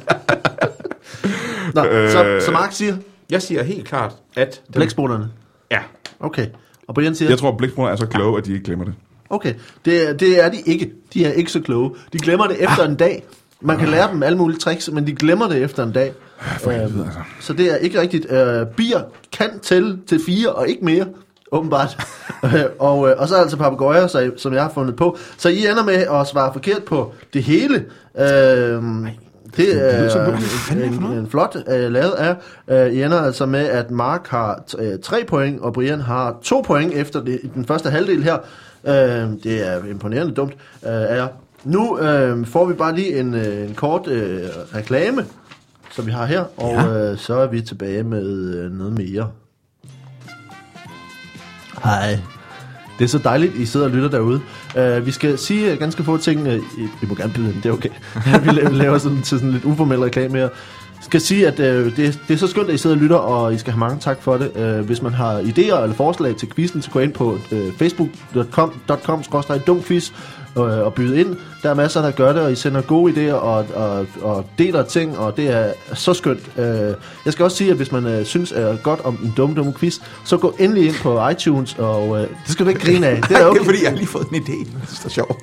Nå, så Mark siger? Jeg siger helt klart, at... Blæksprutterne? Ja. Okay. Og Brian siger? Jeg tror, at blæksprutter er så kloge, at de ikke glemmer det. Okay. Det er de ikke. De er ikke så kloge. De glemmer det efter en dag. Man kan lære dem alle mulige tricks, men de glemmer det efter en dag. Så det er ikke rigtigt. Bier kan tælle til 4 og ikke mere, åbenbart. Og så er altså papegøjer, som jeg har fundet på. Så I ender med at svare forkert på det hele. Det er en flot lavet af. I ender altså med, at Mark har 3 point, og Brian har 2 point efter den første halvdel her. Det er imponerende dumt af jer. Nu får vi bare lige en kort reklame, som vi har her, og så er vi tilbage med noget mere. Hej. Det er så dejligt, I sidder og lytter derude. Vi skal sige ganske få ting. I må gerne byde ind, det er okay. Vi laver sådan lidt uformel reklame her. Jeg skal sige, at det er så skønt, at I sidder og lytter, og I skal have mange tak for det. Hvis man har idéer eller forslag til quizzen, så gå ind på facebook.com/dumquiz og byde ind. Der er masser, der gør det, og I sender gode idéer og deler ting, og det er så skønt. Jeg skal også sige, at hvis man synes er godt om en dumme quiz, så gå endelig ind på iTunes, og det skal du ikke grine af. Det er okay. Det er fordi, jeg har lige fået en idé. Det er sjovt.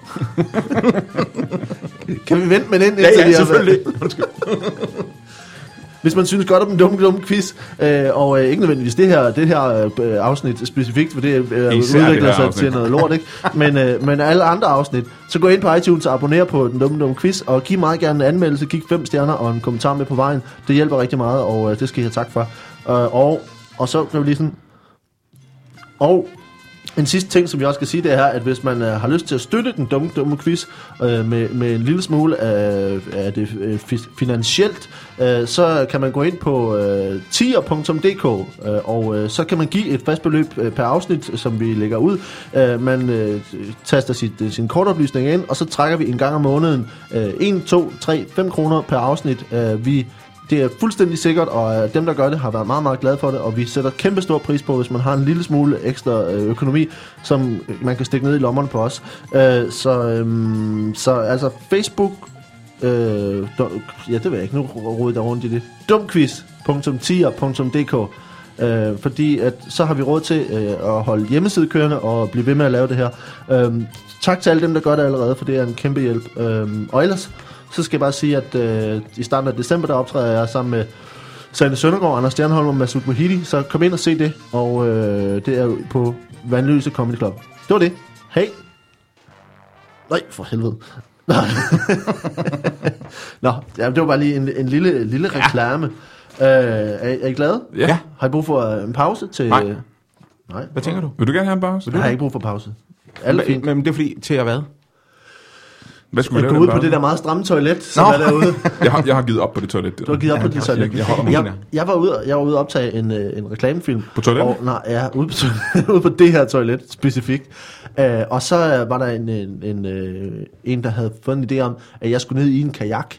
Kan vi vente med den? Ja, selvfølgelig. Hvis man synes godt om en dumme quiz, og ikke nødvendigvis det her afsnit specifikt, for det udvikler sig til noget lort, ikke? Men alle andre afsnit, så gå ind på iTunes og abonner på den dumme quiz, og giv meget gerne en anmeldelse, giv 5 stjerner og en kommentar med på vejen. Det hjælper rigtig meget, og det skal I have tak for. Og så kan vi lige sådan... Og en sidste ting, som jeg også skal sige, det er, at hvis man har lyst til at støtte den dumme quiz med en lille smule af det finansielt, så kan man gå ind på tier.dk, og så kan man give et fast beløb per afsnit, som vi lægger ud. Man taster sin kortoplysning ind, og så trækker vi en gang om måneden 1, 2, 3, 5 kroner per afsnit. Det er fuldstændig sikkert, og dem, der gør det, har været meget, meget glade for det, og vi sætter kæmpe stor pris på, hvis man har en lille smule ekstra økonomi, som man kan stikke ned i lommerne på os. Så altså Facebook, ja, det ved jeg ikke, nu roder der rundt i det, dumquiz.tier.dk, fordi at så har vi råd til at holde hjemmeside kørende og blive ved med at lave det her. Tak til alle dem, der gør det allerede, for det er en kæmpe hjælp. Og ellers så skal jeg bare sige, at i starten af december, der optræder jeg sammen med Sanne Søndergaard, Anders Stjernholm og Masud Mohidi. Så kom ind og se det, og det er jo på Vandløse Comedy Club. Det var det. Hej. Nej, for helvede. Nå, ja, det var bare lige en lille reklame. Er I glade? Ja. Har I brug for en pause til... Nej. Nej. Hvad tænker du? Vil du gerne have en pause? Jeg har ikke brug for pause. Alt er fint. Men det er fordi, til at hvad? Hvad skulle vi Jeg lave går ud den på børn? det der meget stramme toilet, som er derude. Jeg har givet op på det toilet. Du har givet op på det toilet. Jeg holder mig. Jeg var ude at optage en reklamefilm. På toilettet? Og, nej, ja, ude på det her toilet specifikt. Og så var der en, der havde fået en idé om, at jeg skulle ned i en kajak.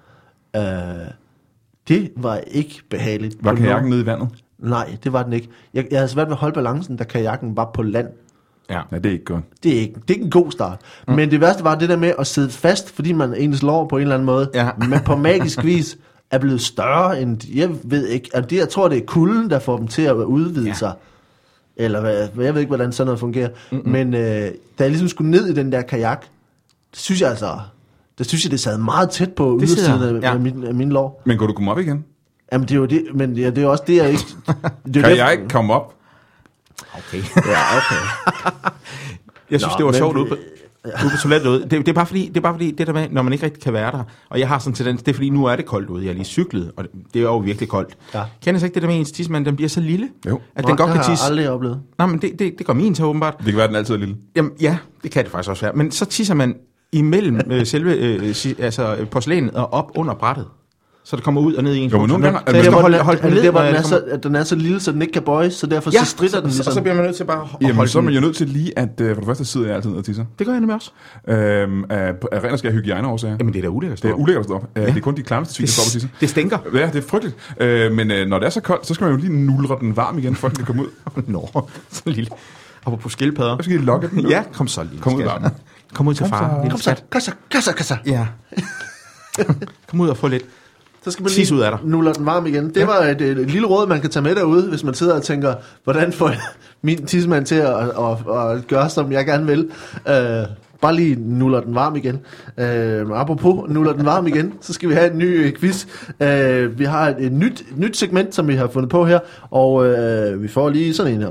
Det var ikke behageligt. Var kajakken nede i vandet? Nej, det var den ikke. Jeg havde svært ved at holde balancen, da kajakken var på land. Ja, det er ikke godt. Det er ikke en god start. Men det værste var det der med at sidde fast, fordi man ens lår på en eller anden måde, men på magisk vis er blevet større end, jeg ved ikke, altså jeg tror det er kulden, der får dem til at udvide sig. Eller jeg ved ikke, hvordan sådan noget fungerer. Men da jeg ligesom skulle ned i den der kajak, synes jeg det sad meget tæt på ydersiden af min lår. Men kunne du komme op igen? Jamen det er jo det, men det er også det, jeg ikke... Kan jeg ikke komme op? Okay. Ja, okay. Jeg synes, det var sjovt ude på toilettet. Det er bare fordi, det der med, når man ikke rigtig kan være der, og jeg har sådan en tendens, det er fordi, nu er det koldt ude, jeg er lige cyklet, og det er jo virkelig koldt. Ja. Kender så ikke det der med ens tissemand, den bliver så lille, at den godt kan tisse? Det har jeg aldrig oplevet. Nej, men det gør min så åbenbart. Det kan være, den altid er lille. Jamen, ja, det kan det faktisk også være. Men så tisser man imellem selve porcelænet og op under brættet. Så det kommer ud og ned i en. Jo, men nogle gange... Så jeg holde den ned, hvor den er så lille, så den ikke kan bøjes, så derfor så stritter den ligesom. Og så bliver man nødt til bare at holde Jamen, så er man jo nødt til lige, at for det første sidder jeg altid ned og tisser. Det gør jeg nemlig også. Af ren og skær hygiejneårsager. Jamen, det er da ulækkert. Det er ulækkert at stå op. Det er kun de klammeste svin, der står op og tisser. Det stinker. Ja, det er frygteligt. Men når det er så koldt, så skal man jo lige nulre den varm igen, for den kan komme ud. Nå, så lille. Og på skildpadder. Så skal I lokke den ud. Ja, kom så lige. Kom ud varmen. Kom ud til far. Kom så. Ja. Kom ud og få lidt. Så skal man lige nuller den varm igen. Det var et lille råd, man kan tage med derude, hvis man sidder og tænker, hvordan får jeg min tissemand til at gøre, som jeg gerne vil. Bare lige nuller den varm igen. Apropos nuller den varm igen, så skal vi have en ny quiz. Vi har et nyt segment, som vi har fundet på her, og vi får lige sådan en her.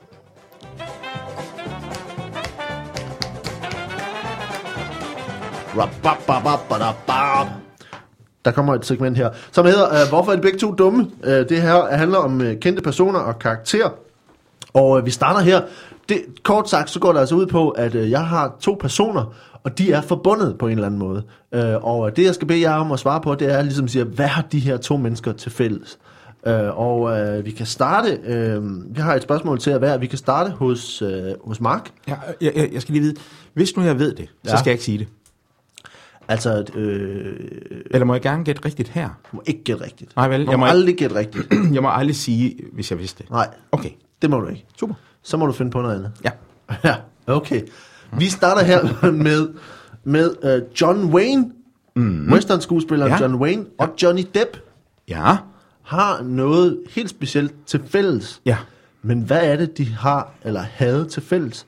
Der kommer et segment her, som hedder, hvorfor er de begge to dumme? Det her handler om kendte personer og karakterer. Og vi starter her. Kort sagt, så går det altså ud på, at jeg har 2 personer, og de er forbundet på en eller anden måde. Og det, jeg skal bede jer om at svare på, det er ligesom at sige, hvad har de her 2 mennesker til fælles? Vi kan starte, vi har et spørgsmål til at være, vi kan starte hos Mark. Ja, jeg skal lige vide, hvis nu jeg ved det, så skal jeg ikke sige det. Altså, eller må jeg gerne gætte rigtigt her? Du må ikke gætte rigtigt. Nej, vel? Jeg må aldrig gætte rigtigt. Jeg må aldrig sige, hvis jeg vidste det. Nej. Okay. Det må du ikke. Super. Så må du finde på noget andet. Ja. Ja, okay. Vi starter her med John Wayne, western-skuespilleren John Wayne, og Johnny Depp. Ja. Har noget helt specielt til fælles. Ja. Men hvad er det, de har eller havde til fælles?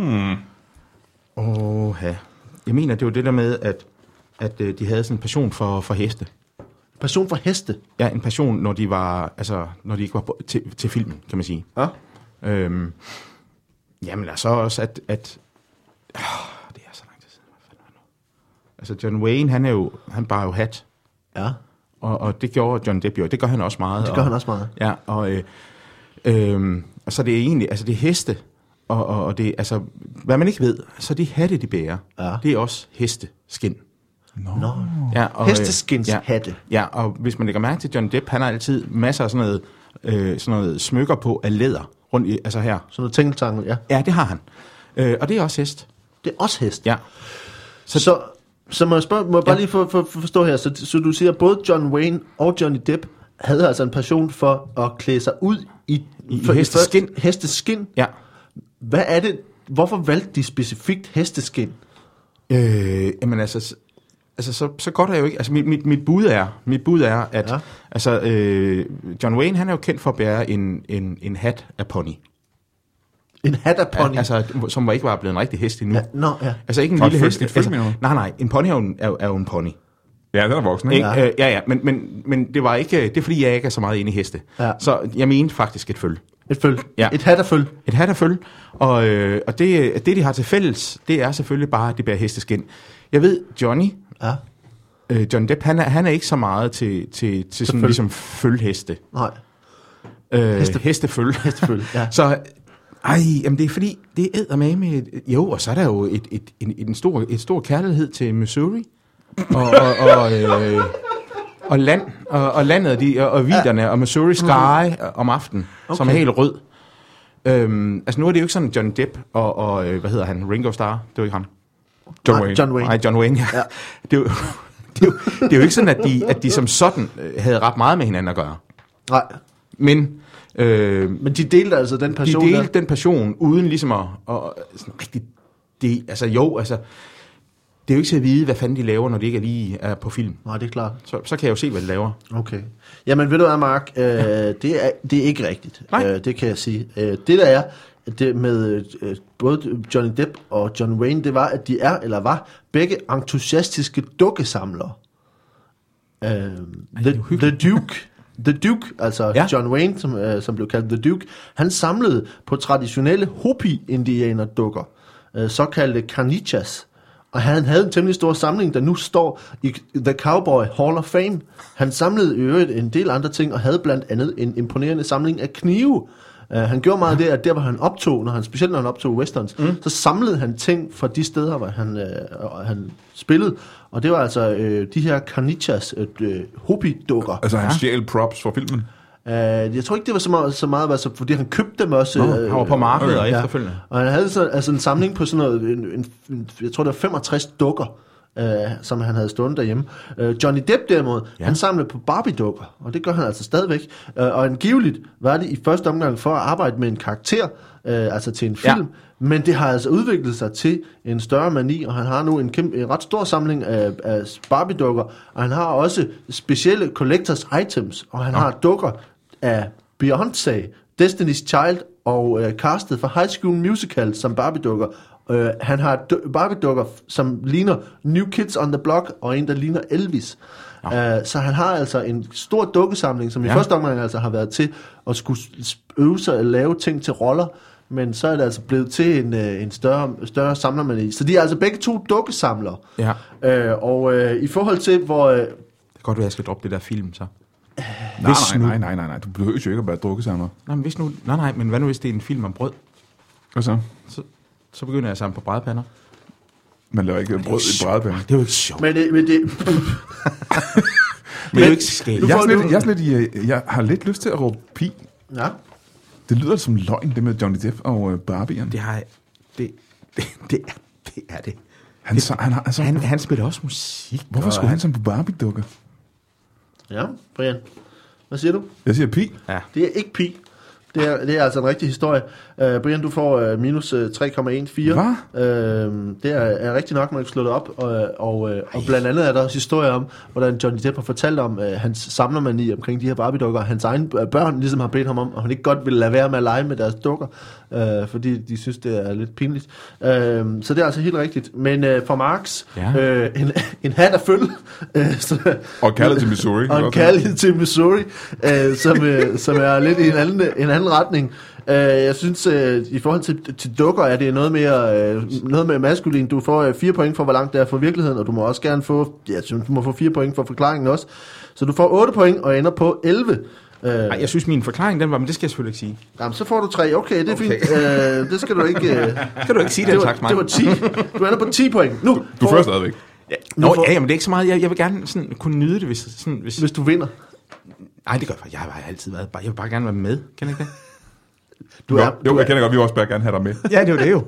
Jeg mener, det var det der med, at de havde sådan en passion for heste. Passion for heste? Ja, en passion, når de ikke var til filmen, kan man sige. Ja. Jamen altså også, at det er så lang tid siden. Hvad fanden var det? Altså John Wayne, han bar jo hat. Ja. Og det gjorde John Depp jo. Det gør han også meget. Det gør han også meget. Ja, og så det er egentlig, altså det er heste, og det, altså, hvad man ikke ved, så de hatte, de bærer, det er også hesteskin. Nå. Ja, og, hesteskins hatte. Ja, og hvis man lægger mærke til John Depp, han har altid masser af sådan noget smykker på af læder rundt i, altså her. Sådan noget tingeltangel, ja. Ja, det har han. Og det er også hest. Det er også hest? Ja. Så må jeg bare lige forstå her, så du siger, både John Wayne og Johnny Depp havde altså en passion for at klæde sig ud i hesteskin. Hesteskin? Ja. Hvad er det? Hvorfor valgte de specifikt hesteskin? Jamen altså så godt er jo ikke. Altså mit bud er, at John Wayne, han er jo kendt for at bære en hat af pony. En hat af pony? Altså, som ikke var blevet en rigtig hest endnu. Ja. Altså ikke en lille hest. Nej, en pony er jo en pony. Ja, den er voksen, ikke? Ja, men det var ikke, det er fordi, jeg ikke er så meget inde i heste. Ja. Så jeg mente faktisk et føl. Et føl? Ja. Et hat af føl? Et hat af føl. Og det, de har til fælles, det er selvfølgelig bare, at de bærer hesteskin. Jeg ved, Johnny, John Depp, han er ikke så meget til sådan ligesom følheste. Nej. Hesteføl. Hesteføl, ja. Så Jamen det er fordi, det er eddermame jo, og så er der jo en stor kærlighed til Missouri, og land, og landet, og viderne, og Missouri Sky om aftenen, som er helt rød. Altså nu er det jo ikke sådan Johnny Depp og hvad hedder han, Ringo Starr, det er jo ikke ham. John Wayne. Nej, John Wayne, ja. Det er jo ikke sådan, at de som sådan havde ret meget med hinanden at gøre. Nej. Men de delte altså den passion. De delte den passion, uden ligesom at sådan rigtig... Det er jo ikke til at vide, hvad fanden de laver, når de ikke er på film. Nej, det er klart. Så kan jeg jo se, hvad de laver. Okay. Jamen, ved du hvad, Mark? Det er ikke rigtigt. Det kan jeg sige. Det der er, det med både Johnny Depp og John Wayne, det var, at de er, eller var, begge entusiastiske dukkesamlere. The Duke, altså John Wayne, som blev kaldt The Duke, han samlede på traditionelle Hopi-indianer-dukker, såkaldte carnichas. Og han havde en temmelig stor samling, der nu står i The Cowboy Hall of Fame. Han samlede i øvrigt en del andre ting, og havde blandt andet en imponerende samling af knive. Han gjorde meget af det, at der hvor han optog, specielt når han optog westerns, så samlede han ting fra de steder, hvor han spillede. Og det var altså de her carnichas, Hopi-dukker. Altså han stjal props for filmen? Jeg tror ikke, det var så meget fordi han købte dem også. Han var på markedet og efterfølgende. Og han havde en samling på sådan noget, jeg tror det var 65 dukker, som han havde stående derhjemme. Johnny Depp derimod, han samlede på Barbie-dukker, og det gør han altså stadigvæk. Og angiveligt var det i første omgang for at arbejde med en karakter, altså til en film, men det har altså udviklet sig til en større mani, og han har nu en ret stor samling af Barbie-dukker, og han har også specielle collectors items, og han har dukker af Beyoncé, Destiny's Child og castet fra High School Musical som Barbie-dukker. Han har Barbie-dukker, som ligner New Kids on the Block, og en, der ligner Elvis. Så han har altså en stor dukkesamling, som i første omgang altså har været til at skulle øve sig at lave ting til roller, men så er det altså blevet til en større samlermani. Så de er altså begge to dukkesamlere. Ja. Og i forhold til, hvor... Det kan godt være, jeg skal droppe det der film, så. Nej. Du behøver jo ikke at være dukkesamler. Men hvad nu, hvis det er en film om brød? Hvad så? Så begynder jeg at samle på brædpander. Man laver ikke brød i brædpander. Det er jo ikke sjovt. Men det men det er jo ikke skægt. Jeg har lidt lyst til at råbe pi. Ja. Det lyder som løgn, det med Johnny Depp og Barbie'en. Det er det. Han spiller også musik. Hvorfor skulle han som på Barbie-dukker? Ja, Brian. Hvad siger du? Jeg siger pi. Ja. Det er ikke pi. Det er altså en rigtig historie. Brian, du får minus 3,14. Hvad? Det er rigtig nok, man kan slå det op. Og blandt andet er der også historie om, hvordan Johnny Depp har fortalt om hans samlermani omkring de her Barbie-dukker. Hans egne børn ligesom har bedt ham om, og han ikke godt vil lade være med at lege med deres dukker, fordi de synes, det er lidt pinligt. Så det er altså helt rigtigt. Men for Marx, en hat af følge. Og kærlighed til Missouri. Og en kærlighed til Missouri, som er lidt i en anden retning. Jeg synes, i forhold til dukker, er det noget mere maskulin. Du får 4 point for, hvor langt det er fra virkeligheden, og du må også gerne få, du må få 4 point for forklaringen også. Så du får 8 point og ender på 11. Nej, jeg synes, min forklaring, den var, men det skal jeg selvfølgelig ikke sige. Jamen, så får du 3. Okay, det er fint. Det skal du ikke... Skal du ikke sige det, tak, det var 10. Du ender på 10 point. Nu. Du fører stadigvæk. Men det er ikke så meget. Jeg vil gerne sådan kunne nyde det, hvis du vinder. Nej, det gør jeg. Jeg har altid været. Jeg vil bare gerne være med. Kan jeg ikke det? Jeg kender godt, vi vil også bare gerne have dig med. Ja, det er jo det jo.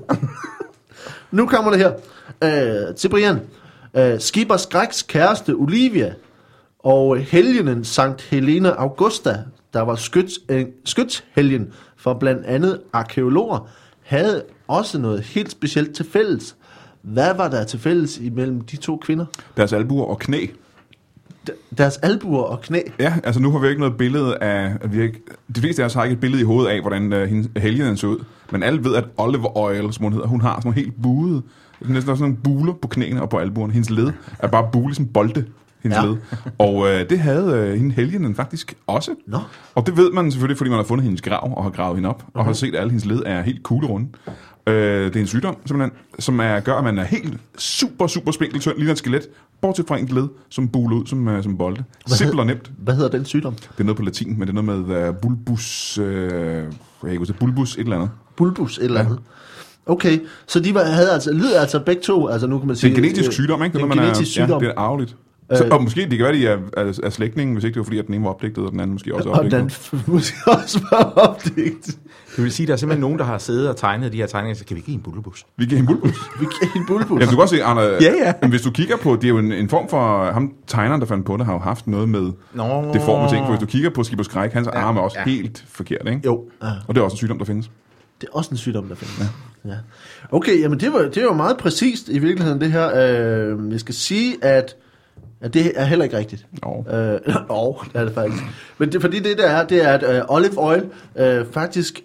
Nu kommer det her. Til Brian. Skipper Skræks kæreste Olivia og helgenen Sankt Helena Augusta, der var skytshelgen for blandt andet arkæologer, havde også noget helt specielt til fælles. Hvad var der til fælles imellem de to kvinder? Deres albuer og knæ. Deres albuer og knæ? Ja, altså nu har vi ikke noget billede af... De fleste af os har ikke et billede i hovedet af, hvordan helgenen ser ud. Men alle ved, at Olive Oil, som hun hedder, hun har sådan nogle helt buede... Næsten også sådan nogle buler på knæene og på albuerne. Hendes led er bare bule som bolde. Hendes led. Og det havde hende helgenen faktisk også. Nå. Og det ved man selvfølgelig, fordi man har fundet hendes grav og har gravet hende op. Og har set, at alle hendes led er helt kuglerunde. Det er en sygdom, simpelthen, som gør, at man er helt super spinkeltynd, ligner et skelet, bortset fra en led, som buler ud som bolde. Simpelt og nemt. Hvad hedder den sygdom? Det er noget på latin, men det er noget med bulbus, bulbus et eller andet. Bulbus et eller andet. Okay, så de lider altså begge to, altså nu kan man sige... Det er en genetisk sygdom, ikke? Det er en genetisk sygdom. Ja, det er arveligt. Og måske, det kan være, de er slægtningen, hvis ikke det var fordi, at den ene var opdigtet, og den anden måske også er opdigtet. Og den måske også var opdigtet. Det vil sige, at der er simpelthen nogen, der har siddet og tegnet de her tegninger, så kan vi give en bulbus? Vi giver en bulbus. Vi giver en bulbus. Ja, du kan også se, Arne, ja. Hvis du kigger på, det er jo en form for, ham tegneren, der fandt på det, har jo haft noget med det form ting, for hvis du kigger på Skib og Skræk, hans arme er også helt forkert, ikke? Jo. Og det er også en sygdom, der findes. Det er også en sygdom, der findes. Ja. Okay, jamen det var meget præcist i virkeligheden, det her. Jeg skal sige, at det er heller ikke rigtigt. Det er det faktisk. Men fordi det er, at Olive Oil faktisk...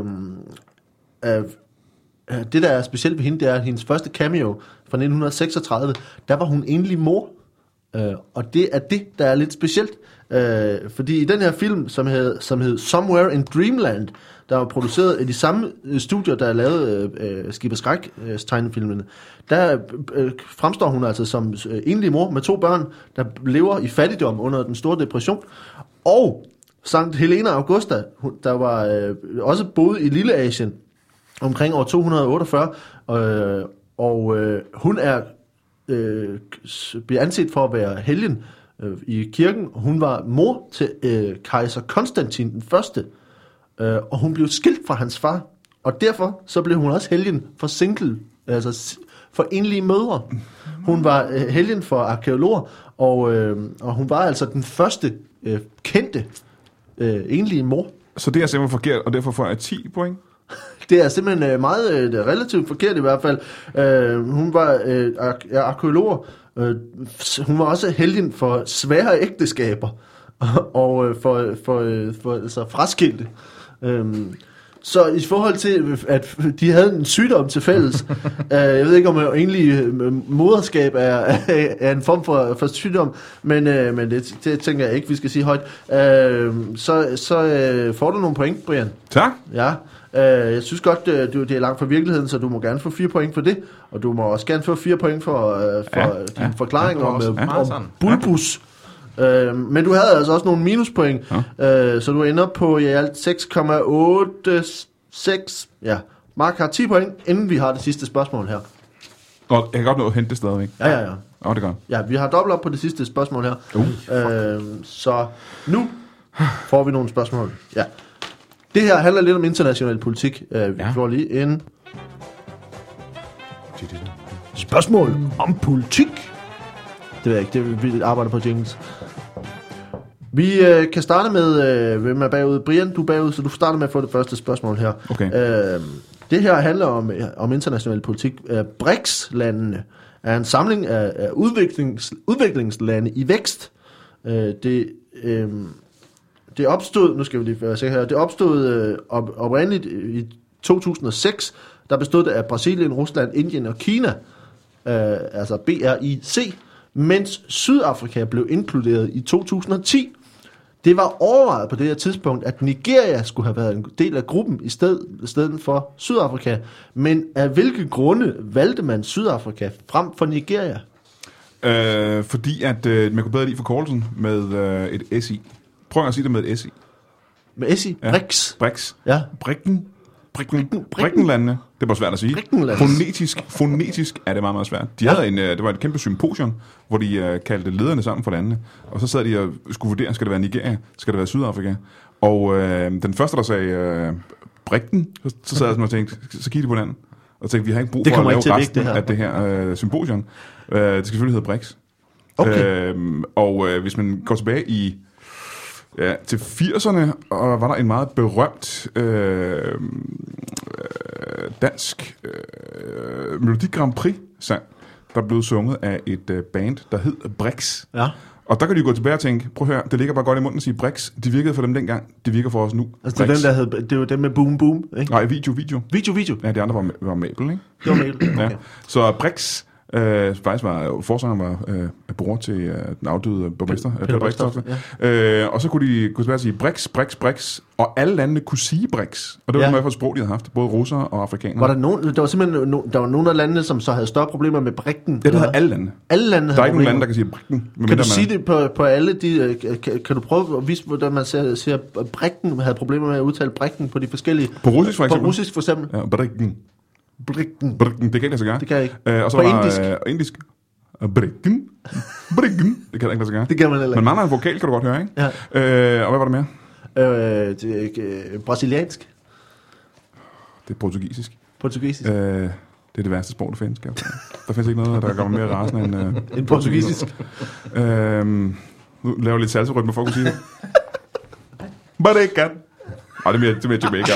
det, der er specielt ved hende, det er, at hendes første cameo fra 1936, der var hun enlig mor. Og det er det, der er lidt specielt. Fordi i den her film, som hed Somewhere in Dreamland, der var produceret af de samme studier, der lavede Skib og Skræk tegnefilmene, der fremstår hun altså som enlig mor med 2 børn, der lever i fattigdom under den store depression. Og Sankt Helena Augusta, der var også boet i Lilleasien omkring år 248, og hun bliver anset for at være helgen i kirken. Hun var mor til kejser Konstantin den første, og hun blev skilt fra hans far, og derfor så blev hun også helgen for single, altså for enlige mødre. Hun var helgen for arkæologer, og hun var altså den første kendte enlige mor. Så det er simpelthen forkert, og derfor får jeg 10 point? Det er simpelthen meget relativt forkert i hvert fald. Hun var arkæolog. Hun var også helgen for svære ægteskaber og for altså fraskilte. Så i forhold til, at de havde en sygdom til fælles, jeg ved ikke, om egentlig moderskab er en form for sygdom, men det tænker jeg ikke, vi skal sige højt. Så får du nogle point, Brian. Tak. Ja. Jeg synes godt, det er langt fra virkeligheden, så du må gerne få 4 point for det, og du må også gerne få 4 point for din forklaring om bulbus. Men du havde altså også nogle minuspoint, så du ender på i alt 6,86. Ja, Mark har 10 point, inden vi har det sidste spørgsmål her. Og jeg kan godt nå at hente det stadigvæk. Ja. Det er godt. Ja, vi har dobbelt op på det sidste spørgsmål her. Så nu får vi nogle spørgsmål. Ja. Det her handler lidt om international politik. Vi får lige en spørgsmål om politik. Det ved jeg ikke, det vi arbejder på jingles. Vi kan starte med, hvem er bagud? Brian, du er bagud, så du starter med at få det første spørgsmål her. Okay. Det her handler om international politik. BRICS-landene er en samling af udviklingslande i vækst. Det opstod, nu skal vi lige se her, det opstod oprindeligt i 2006, der bestod det af Brasilien, Rusland, Indien og Kina, altså BRIC, mens Sydafrika blev inkluderet i 2010. Det var overvejet på det her tidspunkt, at Nigeria skulle have været en del af gruppen i stedet for Sydafrika, men af hvilke grunde valgte man Sydafrika frem for Nigeria? Fordi at man kunne bedre lide forkortelsen med et SI. Prøv at sige det med et SI. Med SI? Ja. BRICS. Ja. Brickenlandene. Det var svært at sige. Fonetisk er det meget, meget svært. De havde det var et kæmpe symposium, hvor de kaldte lederne sammen for landene. Og så sad de og skulle vurdere, skal det være Nigeria, skal det være Sydafrika. Og den første, der sagde Bricken, så sad jeg sådan og tænkte, så kiggede de på hinanden. Og tænkte, vi har ikke brug for at lave resten af det her symposium. Det skal selvfølgelig hedde BRICS. Okay. Og hvis man går tilbage til 80'erne, og var der en meget berømt dansk Melodi Grand Prix-sang, der blev sunget af et band, der hed BRICS. Ja. Og der kan de gå tilbage og tænke, prøv at høre, det ligger bare godt i munden at sige BRICS. De virkede for dem dengang, de virker for os nu. Altså det, det var dem med Boom Boom, ikke? Nej, video. Video? Ja, de andre var Mabel, ikke? Det var Mabel, okay. Ja. Så BRICS Faktisk var forsangeren bror til den afdøde borgmester, Peter Brixtofte. Ja. Og så kunne de sige Brix, Brix, Brix, og alle landene kunne sige Brix. Og det var noget for sprog, de havde haft, både russere og afrikanere. Der var simpelthen der var nogle af landene, som så havde større problemer med brikken. Det havde alle lande. Alle lande havde der er ikke nogen lande, der kan sige brikken. Kan du sige det på alle de... Kan du prøve at vise, hvordan man siger brikken, havde problemer med at udtale brikken på de forskellige... På russisk for eksempel? På russisk for eksempel. Ja, brikken. Brikken. Brikken, det kan jeg så gøre. Det kan jeg ikke. Og så på indisk? Indisk? Brikken. Brikken. Det kan jeg ikke lade sig gøre. Det kan man heller ikke. Men mangler en vokal, kan du godt høre, ikke? Ja. Og hvad var der mere? Brasiliansk. Det er portugisisk. Portugisisk. Det er det værste sprog, der findes. Der findes ikke noget, der gør mig mere rasende end portugisisk. Nu laver jeg lidt salsa-rytme for at kunne sige det. Brikken. Ej, det er mere Jamaica.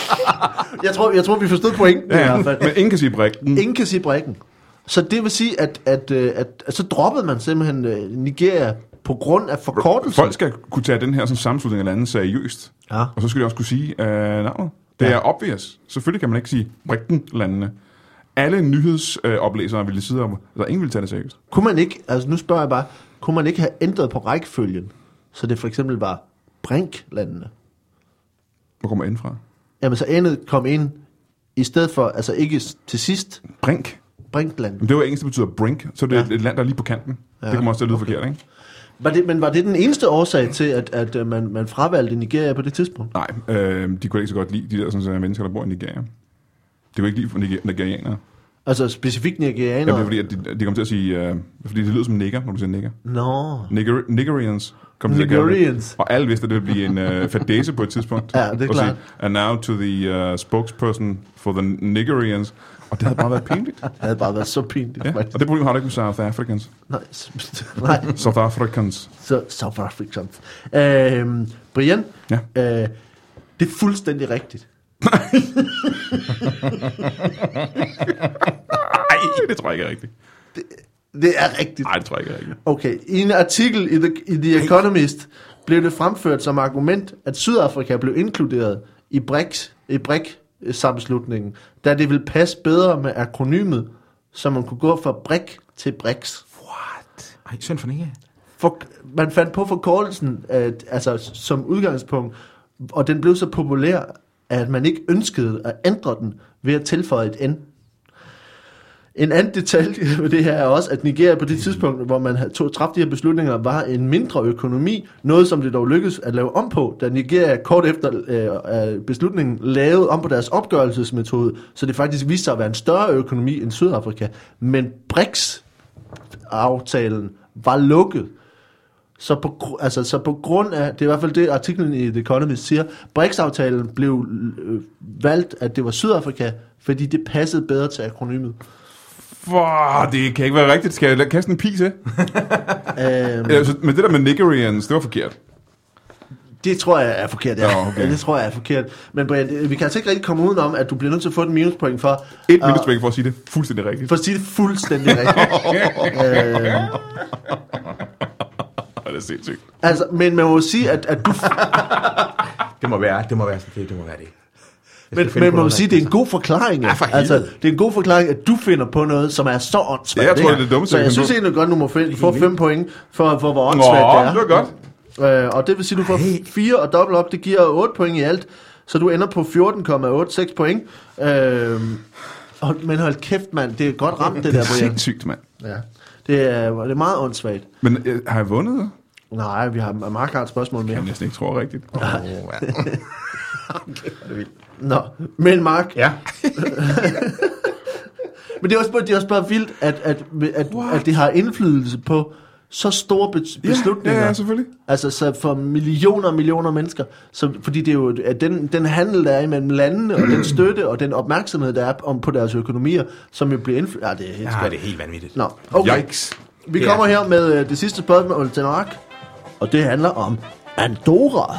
Jeg tror, vi forstod pointen i hvert fald. Men ingen kan sige brikken. Ingen kan sige brikken. Så det vil sige, at så droppede man simpelthen Nigeria på grund af forkortelsen. Folk skal kunne tage den her som sammenslutning af landet seriøst. Ja. Og så skal de også kunne sige navnet. Det er obvious. Selvfølgelig kan man ikke sige brikken-landene. Alle nyhedsoplæsere ville sige om, at ingen ville tage det seriøst. Kunne man ikke, altså nu spørger jeg bare, kunne man ikke have ændret på rækkefølgen, så det for eksempel var Brink-landene? Hvor kommer N fra? Jamen så endet kom ind, i stedet for, altså ikke til sidst. Brink? Brink-land. Det var engelsk, der betyder brink, så det er et land, der er lige på kanten. Ja. Det kommer også til at lyde forkert, ikke? Var det den eneste årsag til, at man fravalgte Nigeria på det tidspunkt? Nej, de kunne ikke så godt lide de der sådan, mennesker, der bor i Nigeria. De kunne ikke lide nigerianere. Altså specifikt nigerianere? Jamen, det er fordi, at de kom til at sige, fordi det lyder som nigger, når du siger nigger. Nigerians. Nigerians. Og alle vidste, at det ville blive en fadese på et tidspunkt. Ja, det er klart. And now to the spokesperson for the Nigerians. Og det havde bare været pinligt. Det havde bare været så pinligt. Ja, og det problem har du ikke med South Africans. Nej. South Africans. South Africans. Brian, ja. Det er fuldstændig rigtigt. Nej, det tror jeg ikke er rigtigt. Det er rigtigt. Nej, det tror jeg ikke er rigtigt. Okay, i en artikel i The Economist blev det fremført som argument, at Sydafrika blev inkluderet i BRIC-sammenslutningen, da det ville passe bedre med akronymet, så man kunne gå fra BRIC til BRICS. What? Ej, synd for ikke. Man fandt på forkortelsen altså, som udgangspunkt, og den blev så populær, at man ikke ønskede at ændre den ved at tilføje et N. En anden detalje ved det her er også, at Nigeria på det tidspunkt, hvor man træffede de her beslutninger, var en mindre økonomi, noget som det dog lykkedes at lave om på, da Nigeria kort efter beslutningen lavede om på deres opgørelsesmetode, så det faktisk viste sig at være en større økonomi end Sydafrika. Men BRICS-aftalen var lukket. Så på grund af, det er i hvert fald det artiklen i The Economist siger, BRICS-aftalen blev valgt, at det var Sydafrika, fordi det passede bedre til akronymet. Det kan ikke være rigtigt. Skal jeg kaste en pige til? Men det der med Nigerians, det var forkert. Det tror jeg er forkert, ja. Ja, okay. Det tror jeg er forkert. Men Brian, vi kan altså ikke rigtig komme udenom, at du bliver nødt til at få et minuspoint for... Et minuspoint for at sige det fuldstændig rigtigt. For at sige det fuldstændig rigtigt. Det er sindssygt. Altså, men man må sige, at du... Det må være det. Men man må sige, at det er en god forklaring. Ja, altså, det er en god forklaring, at du finder på noget, som er så åndssvagt. Ja, jeg tror, det er det dummeste. Så jeg synes egentlig godt, du må få 5 point for hvor åndssvagt det er. Det var godt. Og det vil sige, at du får 4 og dobbelt op. Det giver 8 point i alt. Så du ender på 14,86 point. Men hold kæft, mand. Det er godt ramt, det der. Det er sindssygt, mand. Ja. Det er meget åndssvagt. Men har jeg vundet? Nej, vi har Mark har et spørgsmål mere. Jeg næsten ikke tror rigtigt. Okay, det er vildt. Nå, men Mark. Ja. Men det er også bare vildt, at det har indflydelse på så store beslutninger. Ja, selvfølgelig. Altså så for millioner og millioner mennesker. Så, fordi det er jo at den handel, der er imellem landene, og den støtte, og den opmærksomhed, der er på deres økonomier, som jo bliver indflyttet. Ja, det er helt det er helt vanvittigt. Nå, okay. Yikes. Vi kommer her med det sidste spørgsmål til Mark, og det handler om Andorra.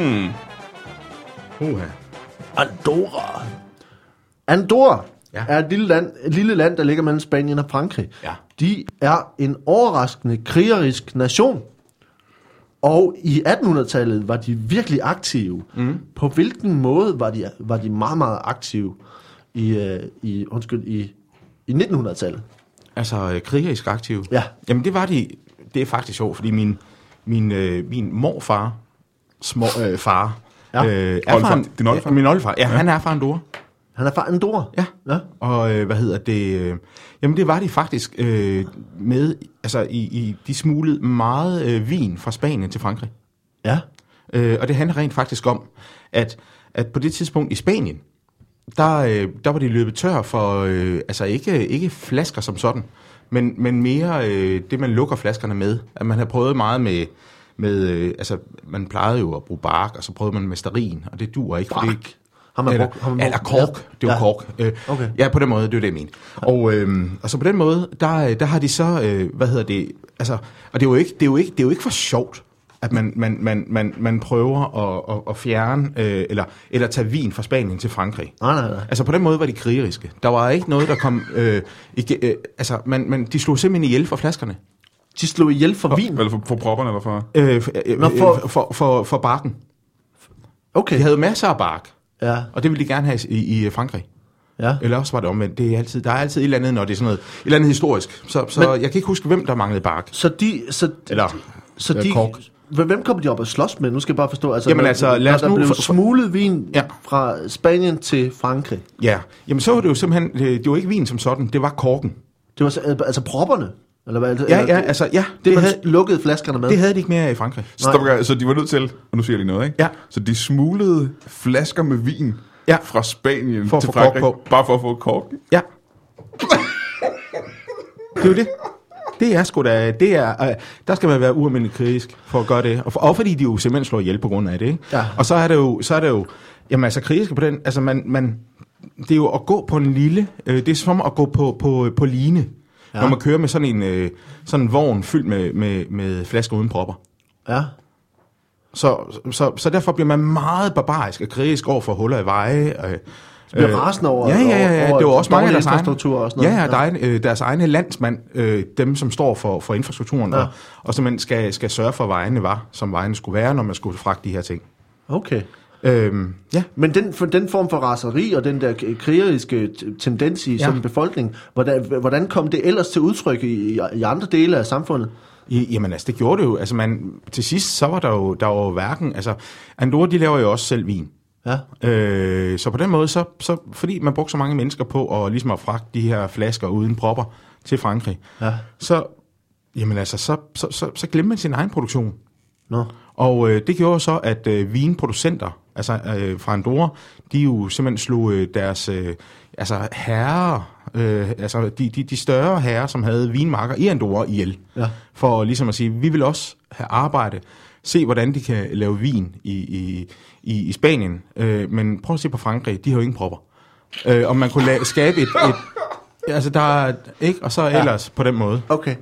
Andorra er et lille land, der ligger mellem Spanien og Frankrig. Ja. De er en overraskende krigerisk nation. Og i 1800-tallet var de virkelig aktive. På hvilken måde var de meget, meget aktive i 1900-tallet? Altså krigerisk aktive? Ja. Jamen det var de. Det er faktisk sjovt, fordi min morfar, far, Ja. er fra Din oldefar? min oldefar. Ja, han er fra Andorra. Han er fra Andorra? Ja. Ja. Og jamen det var de faktisk med, altså de smuglede meget vin fra Spanien til Frankrig. Ja. Og det handler rent faktisk om, at på det tidspunkt i Spanien, der var de løbet tør for, altså ikke flasker som sådan, men mere det, man lukker flaskerne med. At man har prøvet meget med altså man plejede jo at bruge bark, og så prøvede man med stearin, og det duer ikke. Bark? Fordi, Eller kork. Det var kork. Okay. Ja, på den måde, det er det, jeg mener. Og så på den måde, der har de så, altså, og det er jo ikke for sjovt, at man prøver at fjerne, eller tage vin fra Spanien til Frankrig. Nej. Altså på den måde var de krigeriske. Der var ikke noget, der kom, altså de slog simpelthen ihjel for flaskerne. De slog ihjel for vin? Eller for propperne, eller for... For barken. Okay. De havde masser af bark. Ja. Og det ville de gerne have i Frankrig. Ja. Eller også var det omvendt. Der er altid et eller andet, når det er sådan noget, et eller andet historisk. Så jeg kan ikke huske, hvem der manglede bark. Kork. Hvem kommer de op og slås med? Nu skal jeg bare forstå. Altså, Jamen altså, lad os der nu... blev smuglet vin fra Spanien til Frankrig. Ja, jamen så var det jo simpelthen, det var ikke vin som sådan, det var korken. Det var altså propperne? Eller hvad? Det man lukkede flaskerne med? Det havde de ikke mere i Frankrig. Så de var nødt til, og nu siger jeg lige noget, ikke? Ja. Så de smuglede flasker med vin fra Spanien for til at få Frankrig, kork på. bare for at få kork. Ja. Det er jo det. Det er sgu da, der skal man være ualmindeligt kritisk for at gøre det. Og fordi de jo simpelthen slår ihjel på grund af det, ikke? Ja. Og så er det jo, jamen altså kritiske på den, altså det er jo at gå på en lille, det er som at gå på line, når man kører med sådan en vogn fyldt med flasker uden propper. Ja. Så derfor bliver man meget barbarisk og kritisk over for huller i veje. bliver rasende over. Ja. Det var også mange af deres infrastruktur og sådan noget. Ja, deres egne landsmand, dem som står for infrastrukturen, og som man skal sørge for, at vejene var, som vejene skulle være, når man skulle fragte de her ting. Okay. Ja. Men den form for raseri og den der krigeriske tendens i sådan en befolkning, hvordan kom det ellers til udtryk i andre dele af samfundet? Jamen altså, det gjorde det jo. Altså til sidst, så var der jo hverken... Altså, Andorra, de laver jo også selv vin. Ja. Så på den måde, så fordi man brugte så mange mennesker på at ligesom at fragte de her flasker uden propper til Frankrig, så glemte man sin egen produktion. No. Og det gjorde så, at vinproducenter, altså fra Andorra, de jo simpelthen slog deres herrer, de større herrer, som havde vinmarker i Andorra, ihjel. Ja. For ligesom at sige, vi vil også have arbejde, se hvordan de kan lave vin i Spanien, men prøv at se på Frankrig, de har jo ingen propper. Og man kunne skabe et altså der er, ikke, og så ellers på den måde. Okay.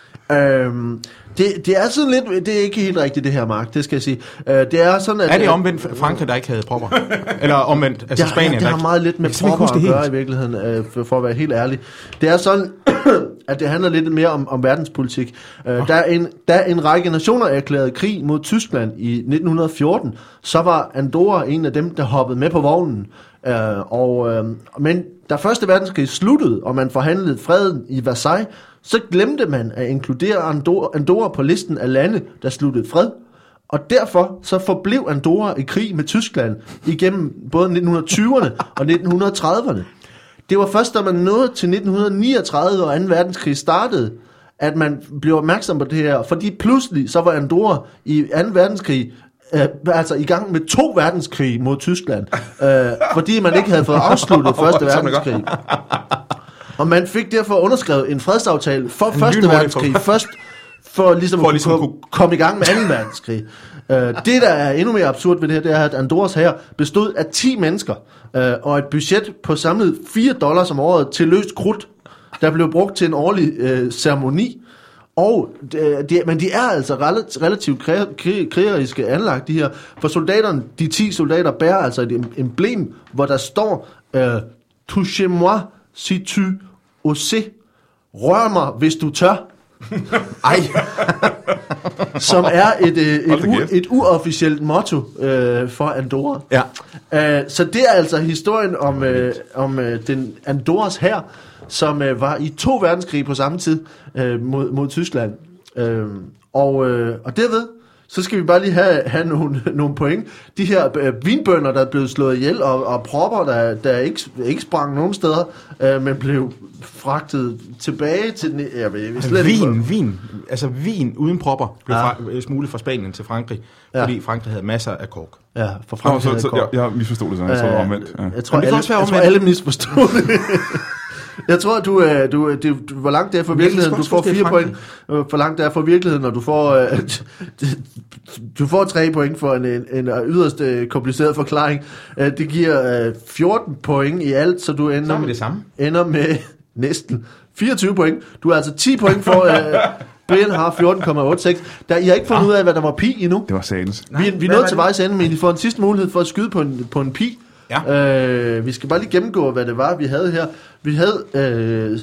Det er sådan lidt, det er ikke helt rigtigt det her, Mark, det skal jeg sige. Det er sådan, at... Er det omvendt Frankrig, der ikke havde propper? Eller omvendt, altså Spanien, det har meget lidt med propper at gøre i virkeligheden, for at være helt ærlig. Det er sådan, at det handler lidt mere om verdenspolitik. Da en række nationer erklærede krig mod Tyskland i 1914, så var Andorra en af dem, der hoppede med på vognen. Men da Første Verdenskrig sluttede, og man forhandlede freden i Versailles, så glemte man at inkludere Andorra på listen af lande, der sluttede fred. Og derfor så forblev Andorra i krig med Tyskland igennem både 1920'erne og 1930'erne. Det var først, da man nåede til 1939, og 2. verdenskrig startede, at man blev opmærksom på det her. Fordi pludselig så var Andorra i 2. verdenskrig altså i gang med 2 verdenskrige mod Tyskland, fordi man ikke havde fået afsluttet 1. verdenskrig. Og man fik derfor underskrevet en fredsaftale for 1. verdenskrig, først for ligesom at komme i gang med 2. verdenskrig. Det, der er endnu mere absurd ved det her, det er, at Andorras hær bestod af 10 mennesker, og et budget på samlet $4 om året til løst krudt, der blev brugt til en årlig ceremoni. Men de er altså relativt krigeriske anlagt, de her. For soldaterne, de 10 soldater, bærer altså et emblem, hvor der står touchez-moi si tu oses. Rør mig, hvis du tør. Ej. Som er et uofficielt motto for Andorra. Ja. Så det er altså historien om den Andorras hær, som var i 2 verdenskrige på samme tid mod Tyskland. Og derved, så skal vi bare lige have nogle point. De her vinbønder, der er blevet slået ihjel, og propper, der ikke sprang nogen steder, men blev fragtet tilbage til den... Vin. Altså vin uden propper blev smuglet fra Spanien til Frankrig, fordi Frankrig havde masser af kork. Ja, for Frankrig havde kork. Jeg misforstod det sådan. Jeg tror, det var omvendt. Ja. Jeg tror, alle misforstod det. Jeg tror, du hvor langt det er for virkeligheden. Du får 4 point. For langt det er for virkeligheden, og du får 3 point for en yderst kompliceret forklaring. Det giver 14 point i alt, så du ender med næsten 24 point. Du har altså 10 point for... Brian har 14,86. I har ikke fundet ud af, hvad der var pi endnu. Det var satans. Vi er nået til vejs ende, men I får en sidste mulighed for at skyde på en pi. Ja. Vi skal bare lige gennemgå, hvad det var, vi havde her. Vi havde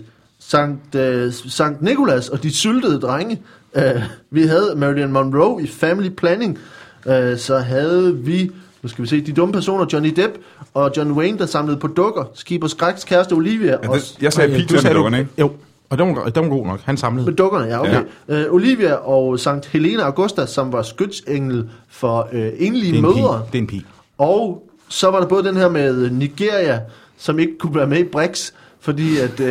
Sankt Nicholas og de syltede drenge. Vi havde Marilyn Monroe i Family Planning. Så havde vi, nu skal vi se, de dumme personer, Johnny Depp og John Wayne, der samlede på dukker. Skib og Skræks kæreste Olivia. Jeg sagde pi til dukkerne, ikke? Jo. Og den var god nok. Han samlede. Med dukkerne, ja, okay. Ja. Olivia og Sankt Helena Augusta, som var skytsengel for enlige mødre. Det er en pi. Og så var der både den her med Nigeria, som ikke kunne være med i BRICS, fordi